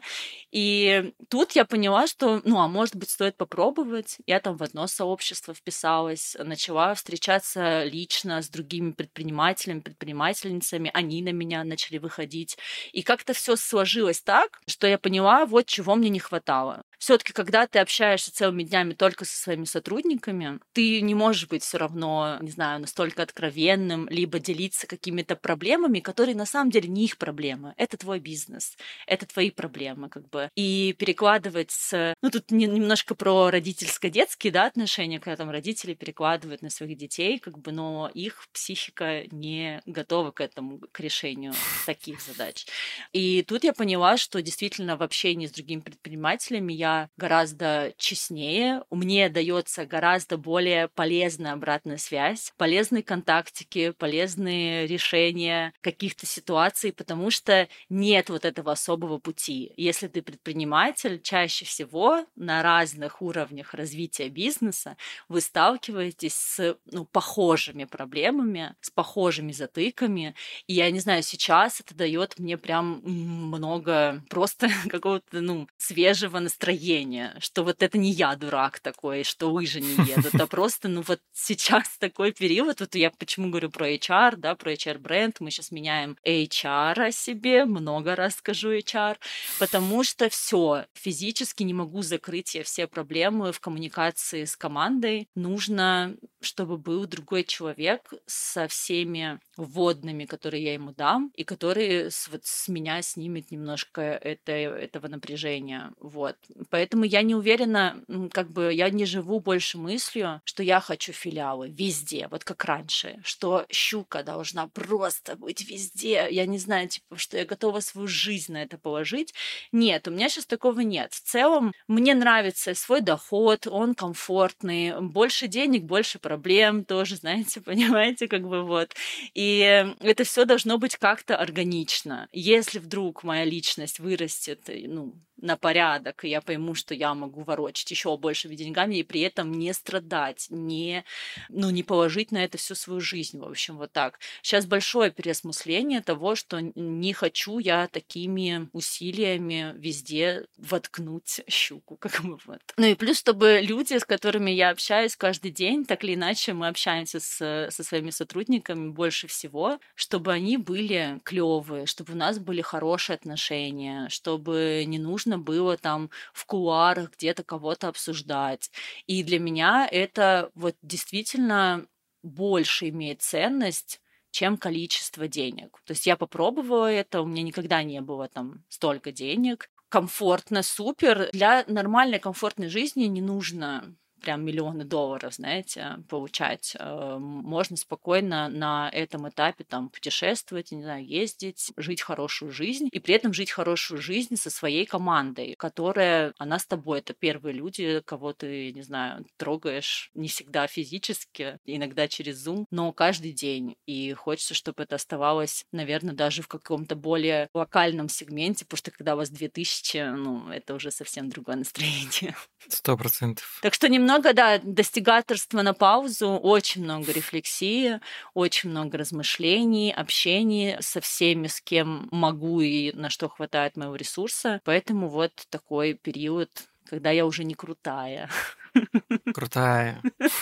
И тут я поняла, что, ну, а может быть, стоит попробовать. Я там в одно сообщество вписалась, начала встречаться лично с другими предпринимателями, предпринимательницами, они на меня начали выходить. И как-то все сложилось так, что я поняла, вот чего мне не хватало. Все-таки, когда ты общаешься целыми днями только со своими сотрудниками, ты не можешь быть все равно, не знаю, настолько откровенным, либо делиться какими-то проблемами, которые на самом деле не их проблемы. Это твой бизнес, это твои проблемы, как бы. И перекладывать с... Ну, тут не, немножко про родительско-детские, да, отношения, когда там родители перекладывают на своих детей, как бы, но их психика не готова к этому, к решению таких задач. И тут я поняла, что действительно в общении с другими предпринимателями я гораздо честнее, мне дается гораздо более полезная обратная связь, полезные контактики, полезные решения каких-то ситуаций, потому что нет вот этого особого пути. Если ты предприниматель, чаще всего на разных уровнях развития бизнеса вы сталкиваетесь с, ну, похожими проблемами, с похожими затыками. И я не знаю, сейчас это дает мне прям много просто какого-то, ну, свежего настроения, что вот это не я дурак такой, что лыжи не едут, а просто, ну, вот сейчас такой период, вот я почему говорю про эйч ар, да, про эйч ар-бренд, мы сейчас меняем эйч ар о себе, много раз скажу эйч ар, потому что все физически не могу закрыть я все проблемы в коммуникации с командой, нужно, чтобы был другой человек со всеми вводными, которые я ему дам, и который с, вот, с меня снимет немножко это, этого напряжения, вот. Поэтому я не уверена, как бы я не живу больше мыслью, что я хочу филиалы везде, вот как раньше, что щука должна просто быть везде. Я не знаю, типа, что я готова свою жизнь на это положить. Нет, у меня сейчас такого нет. В целом, мне нравится свой доход, он комфортный, больше денег, больше проблем тоже, знаете, понимаете, как бы вот. И это все должно быть как-то органично. Если вдруг моя личность вырастет, ну, на порядок, и я пойму, что я могу ворочать еще большими деньгами и при этом не страдать, не, ну, не положить на это всю свою жизнь, в общем, вот так. Сейчас большое переосмысление того, что не хочу я такими усилиями везде воткнуть щуку, как бы вот. Ну и плюс, чтобы люди, с которыми я общаюсь каждый день, так или иначе мы общаемся с, со своими сотрудниками больше всего, чтобы они были клевые, чтобы у нас были хорошие отношения, чтобы не нужно было там в кулуарах где-то кого-то обсуждать. И для меня это вот действительно больше имеет ценность, чем количество денег. То есть я попробовала это, у меня никогда не было там столько денег. Комфортно, супер. Для нормальной комфортной жизни не нужно прям миллионы долларов, знаете, получать. Можно спокойно на этом этапе там путешествовать, не знаю, ездить, жить хорошую жизнь, и при этом жить хорошую жизнь со своей командой, которая, она с тобой. Это первые люди, кого ты, не знаю, трогаешь не всегда физически, иногда через Zoom, но каждый день. И хочется, чтобы это оставалось, наверное, даже в каком-то более локальном сегменте, потому что когда у вас две тысячи, ну, это уже совсем другое настроение. Сто процентов. Так что немного Много, да, достигаторства на паузу, очень много рефлексии, очень много размышлений, общений со всеми, с кем могу и на что хватает моего ресурса. Поэтому вот такой период, когда я уже не крутая. Крутая.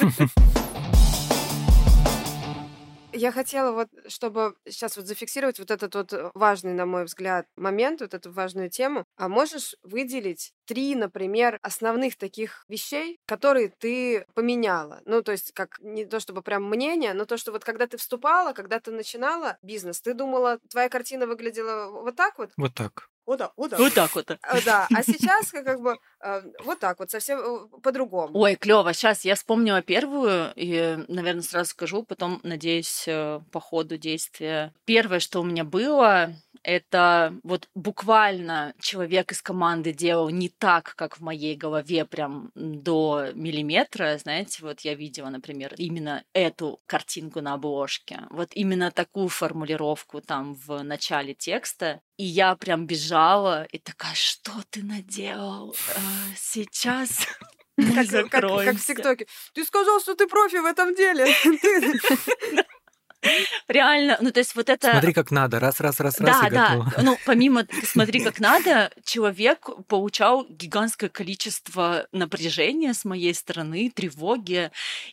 Я хотела вот, чтобы сейчас вот зафиксировать вот этот вот важный, на мой взгляд, момент, вот эту важную тему. А можешь выделить три, например, основных таких вещей, которые ты поменяла? Ну, то есть как не то чтобы прям мнение, но то, что вот когда ты вступала, когда ты начинала бизнес, ты думала, твоя картина выглядела вот так вот? Вот так. Вот так, вот так. Вот так вот. Да, а сейчас как бы вот так вот, совсем по-другому. Ой, клево. Сейчас я вспомнила первую и, наверное, сразу скажу, потом, надеюсь, по ходу действия. Первое, что у меня было, это вот буквально человек из команды делал не так, как в моей голове, прям до миллиметра. Знаете, вот я видела, например, именно эту картинку на обложке, вот именно такую формулировку там в начале текста. И я прям бежала и такая: что ты наделал? А, сейчас мы Как, как, как в закроемся. ТикТоке. Ты сказал, что ты профи в этом деле. Реально, ну то есть вот это... Смотри, как надо, раз, раз, раз, раз, Да, и да. готово. Ну, помимо «смотри, как надо», человек получал гигантское количество напряжения с моей стороны, тревоги,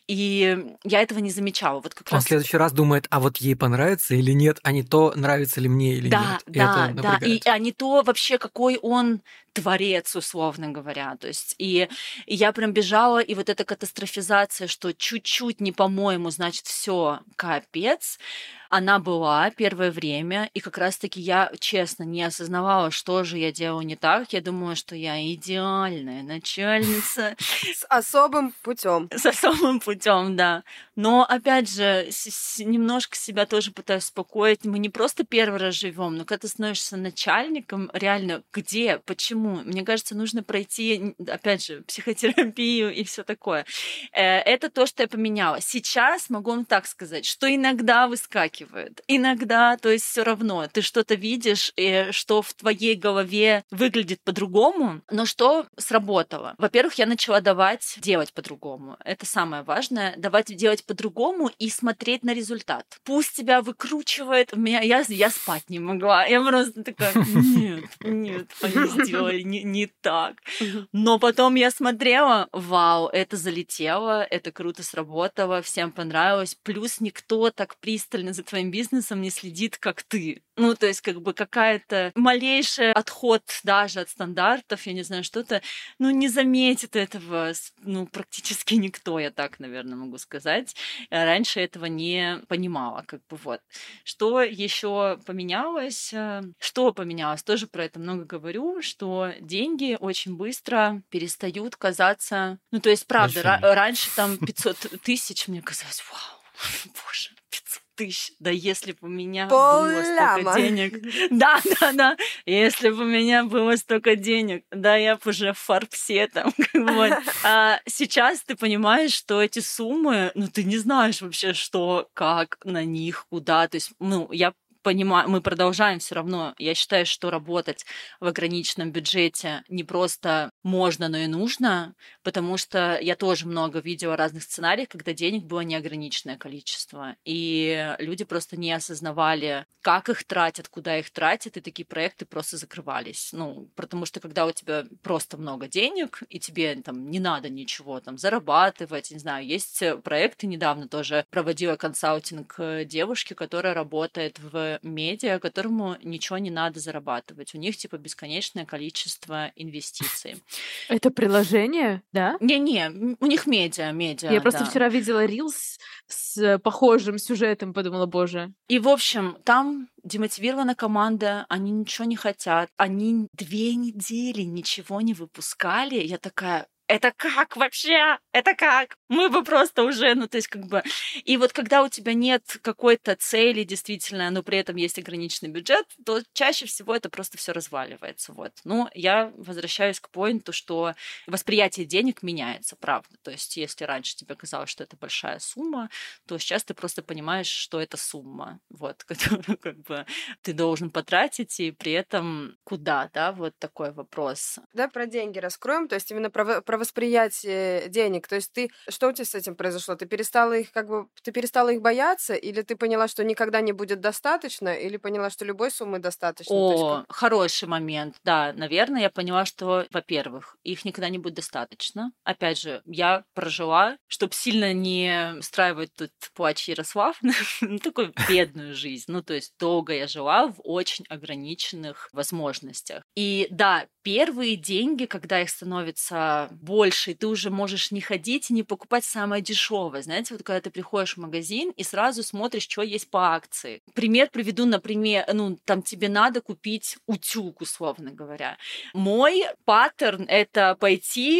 и я этого не замечала. Вот как Он раз... в следующий раз думает, а вот ей понравится или нет, а не то, нравится ли мне или Да, нет. И да, это да. И, напрягает. а не то вообще, какой он творец, условно говоря. То есть, и, и я прям бежала, и вот эта катастрофизация, что чуть-чуть не по-моему, значит, все капец, она была первое время, и как раз-таки я, честно, не осознавала, что же я делаю не так. Я думала, что я идеальная начальница. С особым путем. С особым путем, да. Но, опять же, с- с- немножко себя тоже пытаюсь успокоить. Мы не просто первый раз живем, но когда ты становишься начальником, реально, где, почему? Мне кажется, нужно пройти, опять же, психотерапию и все такое. Э, Это то, что я поменяла. Сейчас могу вам так сказать, что иногда выскакивает. Иногда, то есть все равно, ты что-то видишь, и что в твоей голове выглядит по-другому, но что сработало? Во-первых, я начала давать делать по-другому. Это самое важное. Давать делать по-другому и смотреть на результат. Пусть тебя выкручивает. Меня, я, я спать не могла. Я просто такая: нет, нет, они сделали не, не так. Но потом я смотрела, вау, это залетело, это круто сработало, всем понравилось. Плюс никто так пристально за твоим бизнесом не следит, как ты. Ну, то есть, как бы какая-то малейший отход даже от стандартов, я не знаю, что-то, ну, не заметит этого, с- ну, практически никто, я так, наверное, могу сказать. Я раньше этого не понимала, как бы вот. Что еще поменялось? Э, Что поменялось? Тоже про это много говорю, что деньги очень быстро перестают казаться... Ну, то есть, правда, ра- Большими. раньше там пятьсот тысяч, мне казалось, вау, боже, пятьсот тысяч, да если бы у меня было столько Полляма. денег, да, да, да, если бы у меня было столько денег, да, я бы уже в Форбсе там, вот. А сейчас ты понимаешь, что эти суммы, ну, ты не знаешь вообще, что, как на них, куда, то есть, ну, я понимаю, мы продолжаем все равно. Я считаю, что работать в ограниченном бюджете не просто можно, но и нужно, потому что я тоже много видела разных сценариев, когда денег было неограниченное количество, и люди просто не осознавали, как их тратят, куда их тратят, и такие проекты просто закрывались. Ну, потому что когда у тебя просто много денег, и тебе там не надо ничего там зарабатывать, не знаю, есть проекты, недавно тоже проводила консалтинг э, девушки, которая работает в медиа, которому ничего не надо зарабатывать. У них типа бесконечное количество инвестиций. Это приложение, да? Не-не, м, у них медиа, медиа, Я просто да. вчера видела рилс с похожим сюжетом, подумала, боже. И, в общем, там демотивирована команда, они ничего не хотят. Они две недели ничего не выпускали. Я такая: это как вообще? Это как? Мы бы просто уже, ну, то есть как бы... И вот когда у тебя нет какой-то цели действительно, но при этом есть ограниченный бюджет, то чаще всего это просто все разваливается, вот. Ну, я возвращаюсь к поинту, что восприятие денег меняется, правда. То есть если раньше тебе казалось, что это большая сумма, то сейчас ты просто понимаешь, что это сумма, вот, которую как бы ты должен потратить, и при этом куда, да, вот такой вопрос. Да, про деньги раскроем, то есть именно про, в- про восприятие денег. То есть ты, что у тебя с этим произошло? Ты перестала их как бы, ты перестала их бояться, или ты поняла, что никогда не будет достаточно, или поняла, что любой суммы достаточно? То есть О, как- хороший момент, да, наверное, я поняла, что, во-первых, их никогда не будет достаточно. Опять же, я прожила, чтобы сильно не устраивать тут плач Ярослав, ну, такую бедную жизнь. Ну, то есть долго я жила в очень ограниченных возможностях. И да, первые деньги, когда их становится больше, и ты уже можешь не ходить и не покупать самое дешевое. Знаете, вот когда ты приходишь в магазин и сразу смотришь, что есть по акции. Пример приведу, например, ну, там тебе надо купить утюг, условно говоря. Мой паттерн — это пойти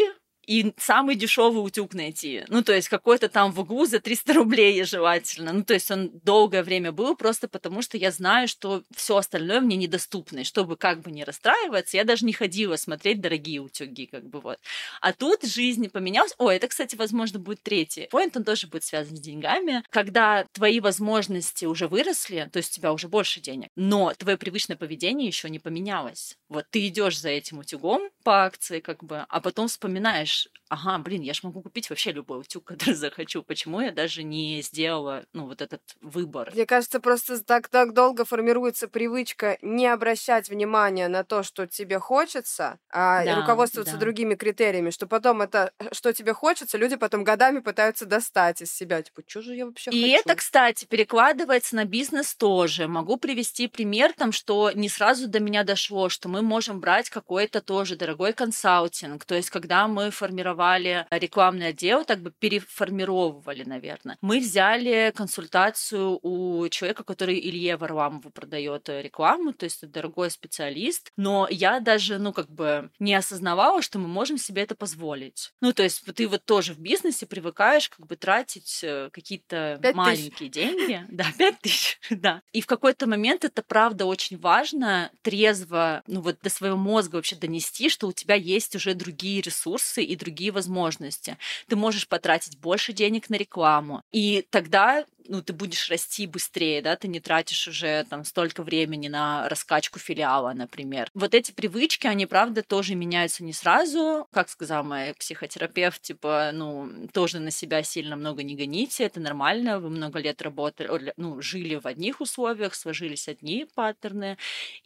и самый дешевый утюг найти. Ну, то есть какой-то там в углу за триста рублей желательно. Ну, то есть он долгое время был просто потому, что я знаю, что все остальное мне недоступно. И чтобы как бы не расстраиваться, я даже не ходила смотреть дорогие утюги, как бы вот. А тут жизнь поменялась. О, это, кстати, возможно, будет третий поинт, он тоже будет связан с деньгами. Когда твои возможности уже выросли, то есть у тебя уже больше денег, но твое привычное поведение еще не поменялось. Вот ты идешь за этим утюгом по акции, как бы, а потом вспоминаешь, ага, блин, я же могу купить вообще любой утюг, который захочу. Почему я даже не сделала, ну, вот этот выбор? Мне кажется, просто так, так долго формируется привычка не обращать внимания на то, что тебе хочется, а Да, руководствоваться да. другими критериями, что потом это, что тебе хочется, люди потом годами пытаются достать из себя. Типа, что же я вообще И хочу? это, кстати, перекладывается на бизнес тоже. Могу привести пример, там, что не сразу до меня дошло, что мы можем брать какой-то тоже дорогой консалтинг. То есть, когда мы формировали рекламный отдел, так бы переформировывали, наверное, мы взяли консультацию у человека, который Илье Варламову продает рекламу, то есть это дорогой специалист, но я даже, ну, как бы не осознавала, что мы можем себе это позволить. Ну, то есть ты вот тоже в бизнесе привыкаешь как бы тратить какие-то маленькие деньги. Да, пять тысяч, да. И в какой-то момент это, правда, очень важно трезво, ну, вот до своего мозга вообще донести, что у тебя есть уже другие ресурсы и другие возможности. Ты можешь потратить больше денег на рекламу. И тогда ну, ты будешь расти быстрее, да, ты не тратишь уже там столько времени на раскачку филиала, например. Вот эти привычки, они, правда, тоже меняются не сразу. Как сказал мой психотерапевт, типа, ну, тоже на себя сильно много не гоните, это нормально, вы много лет работали, ну, жили в одних условиях, сложились одни паттерны,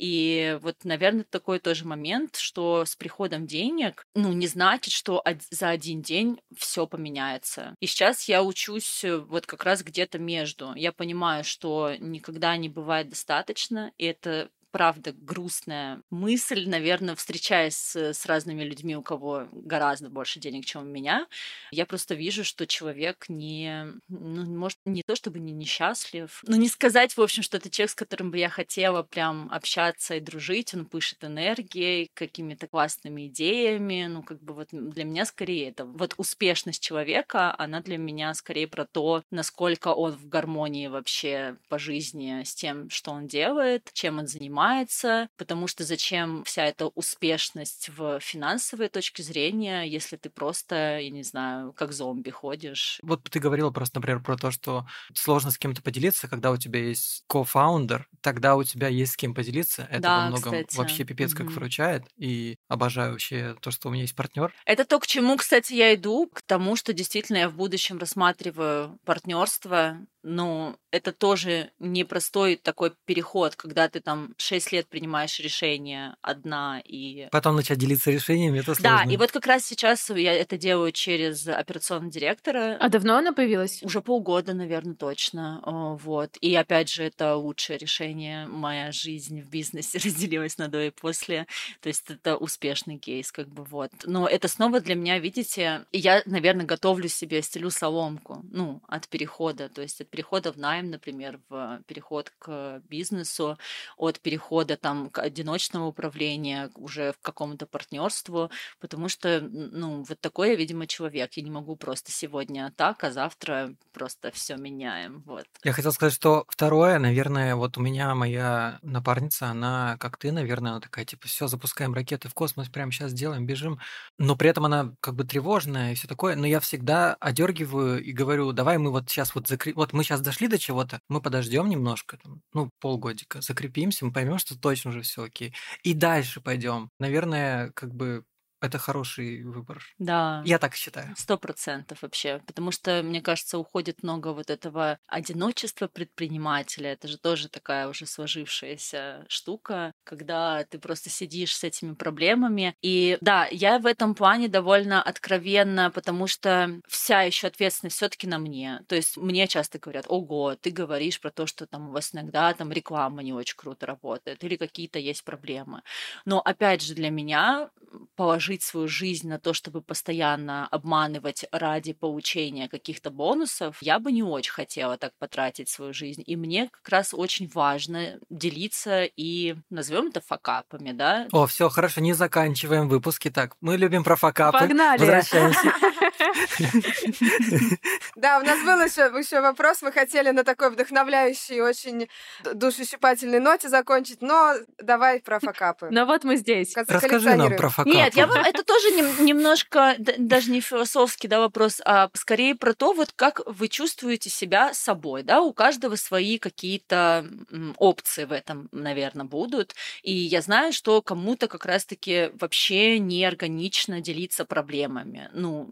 и вот, наверное, такой тоже момент, что с приходом денег, ну, не значит, что за один день все поменяется. И сейчас я учусь вот как раз где-то между. Я понимаю, что никогда не бывает достаточно, и это правда грустная мысль, наверное, встречаясь с, с разными людьми, у кого гораздо больше денег, чем у меня, я просто вижу, что человек не, ну, может, не то чтобы не несчастлив, но не сказать, в общем, что это человек, с которым бы я хотела прям общаться и дружить, он пышет энергией, какими-то классными идеями, ну, как бы вот для меня скорее это вот успешность человека, она для меня скорее про то, насколько он в гармонии вообще по жизни с тем, что он делает, чем он занимается, потому что зачем вся эта успешность в финансовой точке зрения, если ты просто, я не знаю, как зомби ходишь. Вот ты говорила просто, например, про то, что сложно с кем-то поделиться, когда у тебя есть кофаундер, тогда у тебя есть с кем поделиться. Это Да, во многом кстати. вообще пипец как Мгм. выручает. И обожаю вообще то, что у меня есть партнер. Это то, к чему, кстати, я иду, к тому, что действительно я в будущем рассматриваю партнерство. Но это тоже непростой такой переход, когда ты там шесть лет принимаешь решение одна и... Потом начать делиться решениями, это Да, сложно. и вот как раз сейчас я это делаю через операционного директора. А давно она появилась? Уже полгода, наверное, точно. О, Вот. И опять же, это лучшее решение. Моя жизнь в бизнесе разделилась на до и после. То есть это успешный кейс, как бы вот. Но это снова для меня, видите, я, наверное, готовлю себе, стелю соломку, ну, от перехода. То есть от перехода в найм, например, в переход к бизнесу, от перехода там к одиночному управлению уже к какому-то партнерству, потому что, ну, вот такой я, видимо, человек. Я не могу просто сегодня так, а завтра просто все меняем. Вот. Я хотел сказать, что второе, наверное, вот у меня моя напарница, она, как ты, наверное, она такая, типа, все, запускаем ракеты в космос, прямо сейчас делаем, бежим. Но при этом она как бы тревожная и все такое. Но я всегда одергиваю и говорю, давай мы вот сейчас вот закрепим, вот мы сейчас дошли до чего-то, мы подождем немножко, там, ну, полгодика, закрепимся, мы поймем, что точно уже все окей. И дальше пойдем. Наверное, как бы это хороший выбор. Да. Я так считаю. Сто процентов вообще. Потому что, мне кажется, уходит много вот этого одиночества предпринимателя. Это же тоже такая уже сложившаяся штука, когда ты просто сидишь с этими проблемами. И да, я в этом плане довольно откровенна, потому что вся еще ответственность все-таки на мне. То есть мне часто говорят, ого, ты говоришь про то, что там у вас иногда там реклама не очень круто работает или какие-то есть проблемы. Но опять же для меня положить свою жизнь на то, чтобы постоянно обманывать ради получения каких-то бонусов, я бы не очень хотела так потратить свою жизнь. И мне как раз очень важно делиться и, назовем это, факапами, да? О, все, хорошо, не заканчиваем выпуски так. Мы любим про факапы. Погнали! Возвращаемся. Да, у нас был еще, еще вопрос. Мы хотели на такой вдохновляющей, очень душещипательной ноте закончить, но давай про факапы. Но вот мы здесь. Расскажи нам про факапы. Нет, я бы, это тоже нем- немножко, д- даже не философский, да, вопрос, а скорее про то, вот как вы чувствуете себя собой, да, у каждого свои какие-то м, опции в этом, наверное, будут, и я знаю, что кому-то как раз-таки вообще неорганично делиться проблемами, ну,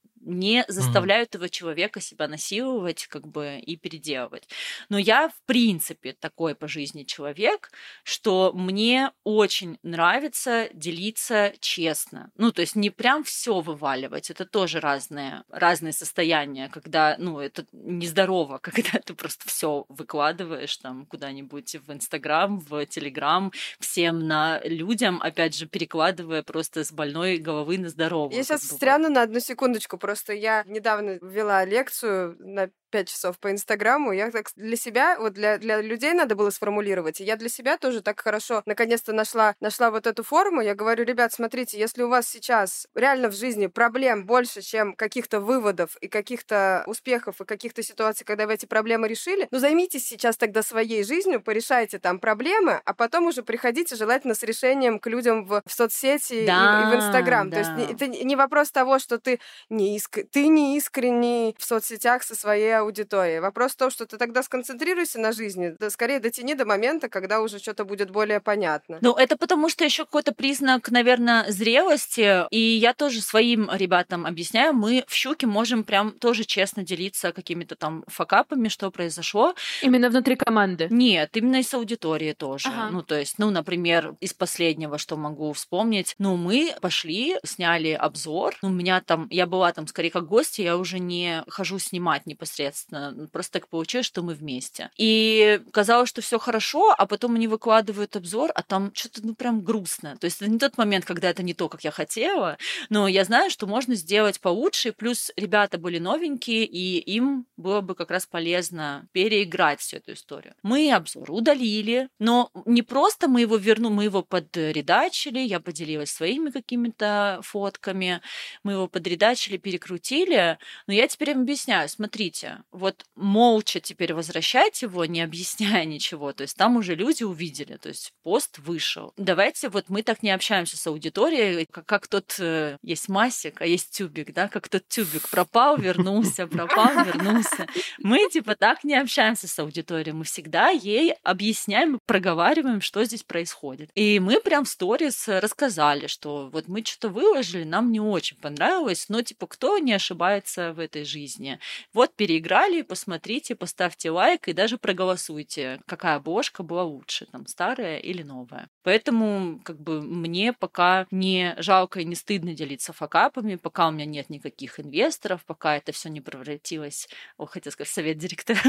не заставляют этого человека себя насиловать, как бы, и переделывать. Но я, в принципе, такой по жизни человек, что мне очень нравится делиться честно. Ну, то есть не прям все вываливать. Это тоже разные, разные состояния, когда, ну, это нездорово, когда ты просто все выкладываешь там куда-нибудь в Инстаграм, в Телеграм, всем на людям, опять же, перекладывая просто с больной головы на здоровую. Я сейчас как бы, встряну на одну секундочку. Просто я недавно вела лекцию на пять часов по Инстаграму. Я так для себя, вот для, для людей надо было сформулировать. И я для себя тоже так хорошо наконец-то нашла, нашла вот эту форму. Я говорю, ребят, смотрите, если у вас сейчас реально в жизни проблем больше, чем каких-то выводов и каких-то успехов и каких-то ситуаций, когда вы эти проблемы решили, ну займитесь сейчас тогда своей жизнью, порешайте там проблемы, а потом уже приходите желательно с решением к людям в, в соцсети Да, и, в- и в Инстаграм. да. То есть не- это не вопрос того, что ты не, иск... ты не искренний в соцсетях со своей аудиторией. Вопрос в том, что ты тогда сконцентрируйся на жизни, да скорее дотяни до момента, когда уже что-то будет более понятно. Ну, это потому что еще какой-то признак, наверное, зрелости. И я тоже своим ребятам объясняю, мы в «Щуке» можем прям тоже честно делиться какими-то там факапами, что произошло. Именно внутри команды. Нет, именно и с аудиторией тоже. Ага. Ну, то есть, ну, например, из последнего, что могу вспомнить, ну, мы пошли, сняли обзор. У меня там, я была там скорее как гостья, я уже не хожу снимать непосредственно. Просто так получилось, что мы вместе. И казалось, что все хорошо, а потом они выкладывают обзор, а там что-то, ну, прям грустно. То есть это не тот момент, когда это не то, как я хотела, но я знаю, что можно сделать получше, плюс ребята были новенькие, и им было бы как раз полезно переиграть всю эту историю. Мы обзор удалили, но не просто мы его вернули, мы его подредачили, я поделилась своими какими-то фотками, мы его подредачили, перекрутили, но я теперь им объясняю, смотрите, вот молча теперь возвращать его, не объясняя ничего, то есть там уже люди увидели, то есть пост вышел. Давайте вот мы так не общаемся с аудиторией, как, как тот э, есть Масик, а есть Тюбик, да, как тот Тюбик пропал, вернулся, пропал, вернулся. Мы типа так не общаемся с аудиторией, мы всегда ей объясняем, проговариваем, что здесь происходит. И мы прям в сторис рассказали, что вот мы что-то выложили, нам не очень понравилось, но типа кто не ошибается в этой жизни? Вот переиграли, посмотрите, поставьте лайк и даже проголосуйте, какая обложка была лучше, там старая или новая. Поэтому как бы мне пока не жалко и не стыдно делиться факапами, пока у меня нет никаких инвесторов, пока это все не превратилось, о, хотела сказать, в совет директоров.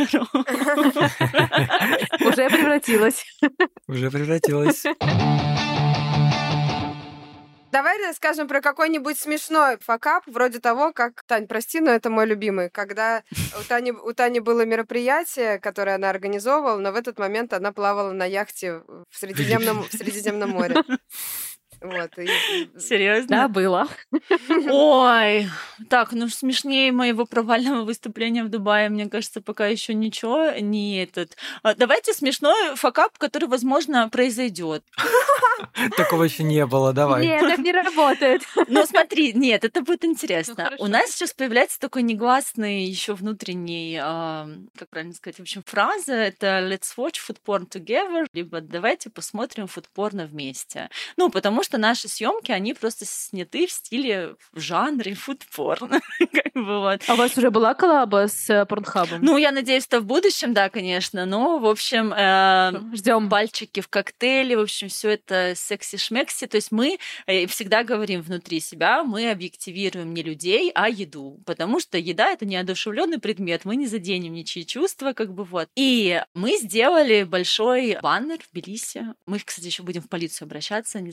Уже превратилась. Уже превратилась. Давай расскажем про какой-нибудь смешной факап, вроде того, как... Тань, прости, но это мой любимый. Когда у Тани, у Тани было мероприятие, которое она организовывала, но в этот момент она плавала на яхте в Средиземном, в Средиземном море. Вот, и... Серьезно? Да, было. Ой, так, ну смешнее моего провального выступления в Дубае, мне кажется, пока еще ничего не этот. А, давайте смешной факап, который, возможно, произойдет. Такого еще не было, давай. Нет, так не работает. Ну смотри, нет, это будет интересно. Ну, хорошо. У нас сейчас появляется такой негласный еще внутренний, а, как правильно сказать, в общем, фраза. Это let's watch food porn together, либо давайте посмотрим фудпорно вместе. Ну, потому что наши съемки, они просто сняты в стиле, в жанре фудпорн. Как бы вот. А у вас уже была коллаба с Порнхабом? Ну, я надеюсь, что в будущем, да, конечно. Но, в общем, э, Ждем. пальчики в коктейле, в общем, все это секси-шмекси. То есть мы э, всегда говорим внутри себя, мы объективируем не людей, а еду. Потому что еда — это неодушевленный предмет, мы не заденем ничьи чувства, как бы вот. И мы сделали большой баннер в Тбилиси. Мы, кстати, еще будем в полицию обращаться, не знаю.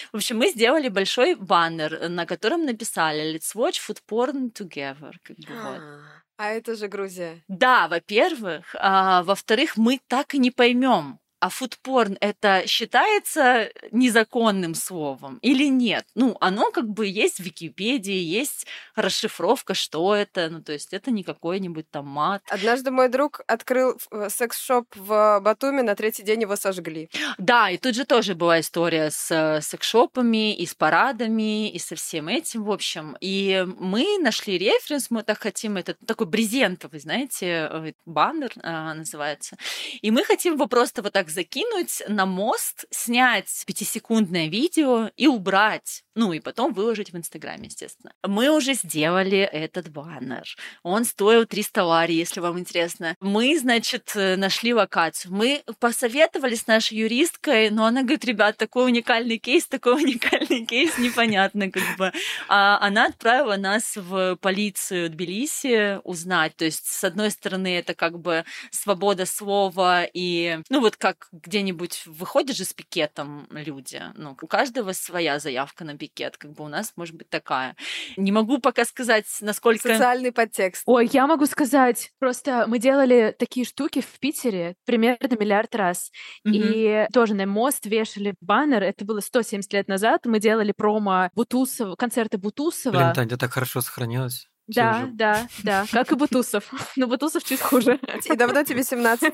В общем, мы сделали большой баннер, на котором написали «Let's watch food porn together». Как бы, вот. А это же Грузия. Да, во-первых. А, во-вторых, мы так и не поймем, а фудпорн это считается незаконным словом или нет? Ну, оно как бы есть в Википедии, есть расшифровка, что это. Ну, то есть это не какой-нибудь там мат. Однажды мой друг открыл секс-шоп в Батуми, на третий день его сожгли. Да, и тут же тоже была история с секс-шопами, и с парадами, и со всем этим, в общем. И мы нашли референс, мы так хотим, это такой брезентовый, знаете, баннер а, называется. И мы хотим его просто вот так закинуть на мост, снять пятисекундное видео и убрать. Ну, и потом выложить в Инстаграме, естественно. Мы уже сделали этот баннер. Он стоил триста лари, если вам интересно. Мы, значит, нашли локацию. Мы посоветовали с нашей юристкой, но она говорит, ребят, такой уникальный кейс, такой уникальный кейс, непонятно как бы. А она отправила нас в полицию Тбилиси узнать. То есть, с одной стороны, это как бы свобода слова и, ну, вот как где-нибудь выходят же с пикетом люди. Ну, у каждого своя заявка на пикет. Как бы у нас может быть такая. Не могу пока сказать, насколько... Социальный подтекст. Ой, я могу сказать. Просто мы делали такие штуки в Питере примерно миллиард раз. Mm-hmm. И тоже на мост вешали баннер. Это было сто семьдесят лет назад. Мы делали промо Бутусова, концерты Бутусова. Блин, Таня, так хорошо сохранилось. Да, уже... да, да. Как и Бутусов. Но Бутусов чуть хуже. И давно тебе семнадцать?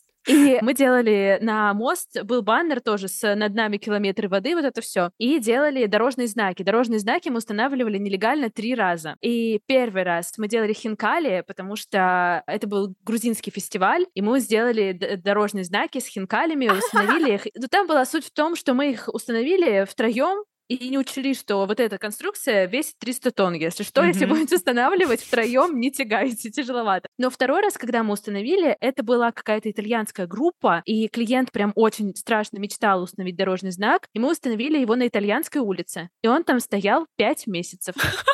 И мы делали на мост, был баннер тоже с над нами километры воды, вот это все. И делали дорожные знаки. Дорожные знаки мы устанавливали нелегально три раза. И первый раз мы делали хинкали, потому что это был грузинский фестиваль, и мы сделали дорожные знаки с хинкалями, установили их. Но там была суть в том, что мы их установили втроем, и не учли, что вот эта конструкция весит триста тонн. Если что, mm-hmm. если будете устанавливать втроем, не тягайте, тяжеловато. Но второй раз, когда мы установили, это была какая-то итальянская группа, и клиент прям очень страшно мечтал установить дорожный знак, и мы установили его на Итальянской улице. И он там стоял пять месяцев.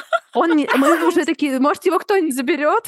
Он не, мы уже такие, может, его кто-нибудь заберет?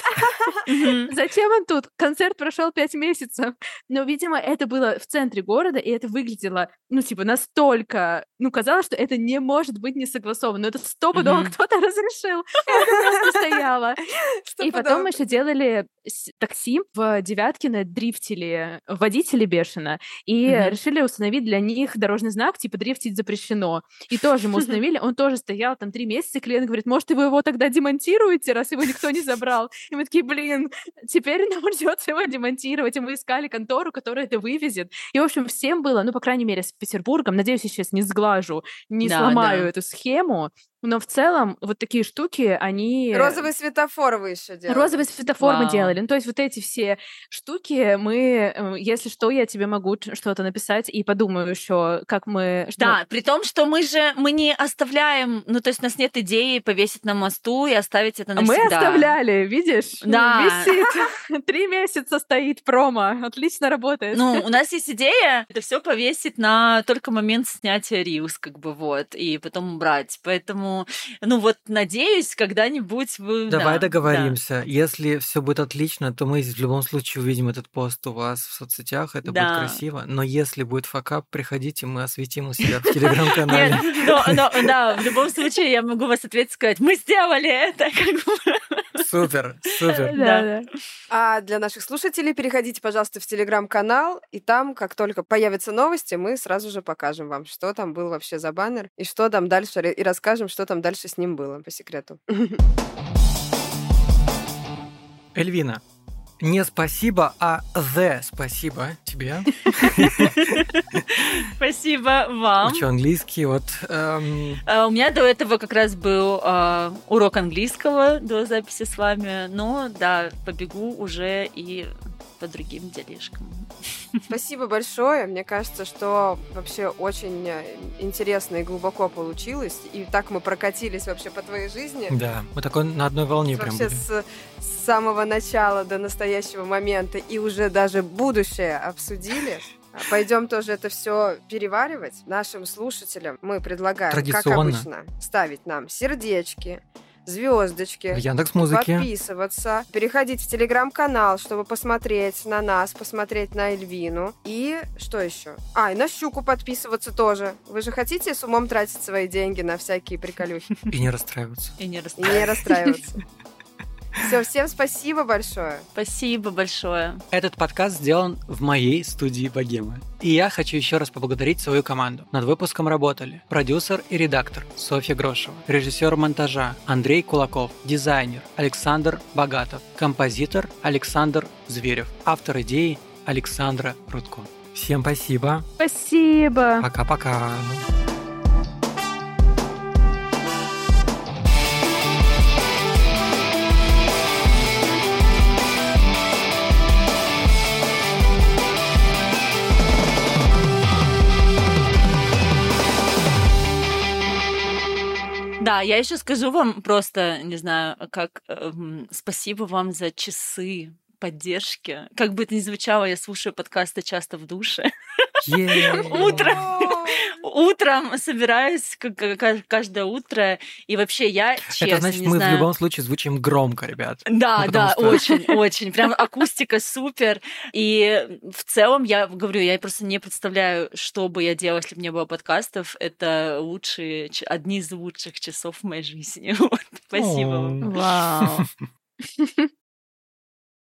Зачем он тут? Концерт прошел пять месяцев. Но, видимо, это было в центре города, и это выглядело, ну, типа, настолько... Ну, казалось, что это не может быть не согласовано. Но это стопудово кто-то разрешил. Это просто стояло. И потом мы еще делали такси в Девяткино, дрифтили водители бешено, и решили установить для них дорожный знак, типа, дрифтить запрещено. И тоже мы установили, он тоже стоял там три месяца, и клиент говорит, может, вы его тогда демонтируете, раз его никто не забрал. И мы такие, блин, теперь нам придется его демонтировать. И мы искали контору, которая это вывезет. И, в общем, всем было, ну, по крайней мере, с Петербургом, надеюсь, я сейчас не сглажу, не да, сломаю да. эту схему, но в целом вот такие штуки, они... Розовый светофор вы еще делали. Розовый светофор Вау. мы делали. Ну, то есть вот эти все штуки мы... Если что, я тебе могу что-то написать и подумаю еще, как мы... Что... Да, при том, что мы же мы не оставляем... Ну, то есть у нас нет идеи повесить на мосту и оставить это навсегда. Мы оставляли, видишь? Да. Висит. Три месяца стоит промо. Отлично работает. Ну, у нас есть идея это все повесить на только момент снятия Reels, как бы вот, и потом убрать. Поэтому ну вот, надеюсь, когда-нибудь вы... Давай да, договоримся. Да. Если все будет отлично, то мы в любом случае увидим этот пост у вас в соцсетях. Это да. будет красиво. Но если будет факап, приходите, мы осветим у себя в Телеграм-канале. Да, в любом случае я могу вас ответить, сказать, мы сделали это. Супер, супер. Да. А для наших слушателей переходите, пожалуйста, в Телеграм-канал, и там, как только появятся новости, мы сразу же покажем вам, что там был вообще за баннер, и что там дальше, и расскажем, что там дальше с ним было, по секрету. Эльвина, не спасибо, а the спасибо тебе. Спасибо вам. Учу английский, вот. Эм... Uh, у меня до этого как раз был uh, урок английского до записи с вами, но да, побегу уже и по другим делишкам. Спасибо большое. Мне кажется, что вообще очень интересно и глубоко получилось. И так мы прокатились вообще по твоей жизни. Да, мы такой на одной волне прям вообще будем. С, с самого начала до настоящего момента и уже даже будущее обсудили. Пойдем тоже это все переваривать. Нашим слушателям мы предлагаем, как обычно, ставить нам сердечки, звездочки, В Яндекс.Музыке. подписываться, переходить в телеграм-канал, чтобы посмотреть на нас, посмотреть на Эльвину. И что еще? А, и на Щуку подписываться тоже. Вы же хотите с умом тратить свои деньги на всякие приколюхи? И не расстраиваться. И не И расстраивайся. не расстраиваться. Все, всем спасибо большое. Спасибо большое. Этот подкаст сделан в моей студии Богемы. И я хочу еще раз поблагодарить свою команду. Над выпуском работали продюсер и редактор Софья Грошева, режиссер монтажа Андрей Кулаков, дизайнер Александр Богатов, композитор Александр Зверев, автор идеи Александра Рудко. Всем спасибо. Спасибо. Пока-пока. Да, я еще скажу вам просто, не знаю, как эм, спасибо вам за часы поддержки. Как бы это ни звучало, я слушаю подкасты часто в душе. Утром. Утром собираюсь как, как, каждое утро. И вообще я, честно, Это значит, не мы знаю... в любом случае звучим громко, ребят. Да, Ну, да, потому что- очень, очень. Прям акустика супер. И в целом, я говорю, я просто не представляю, что бы я делала, если бы не было подкастов. Это лучшие, ч- одни из лучших часов в моей жизни. Вот. Спасибо вам. О. Вау.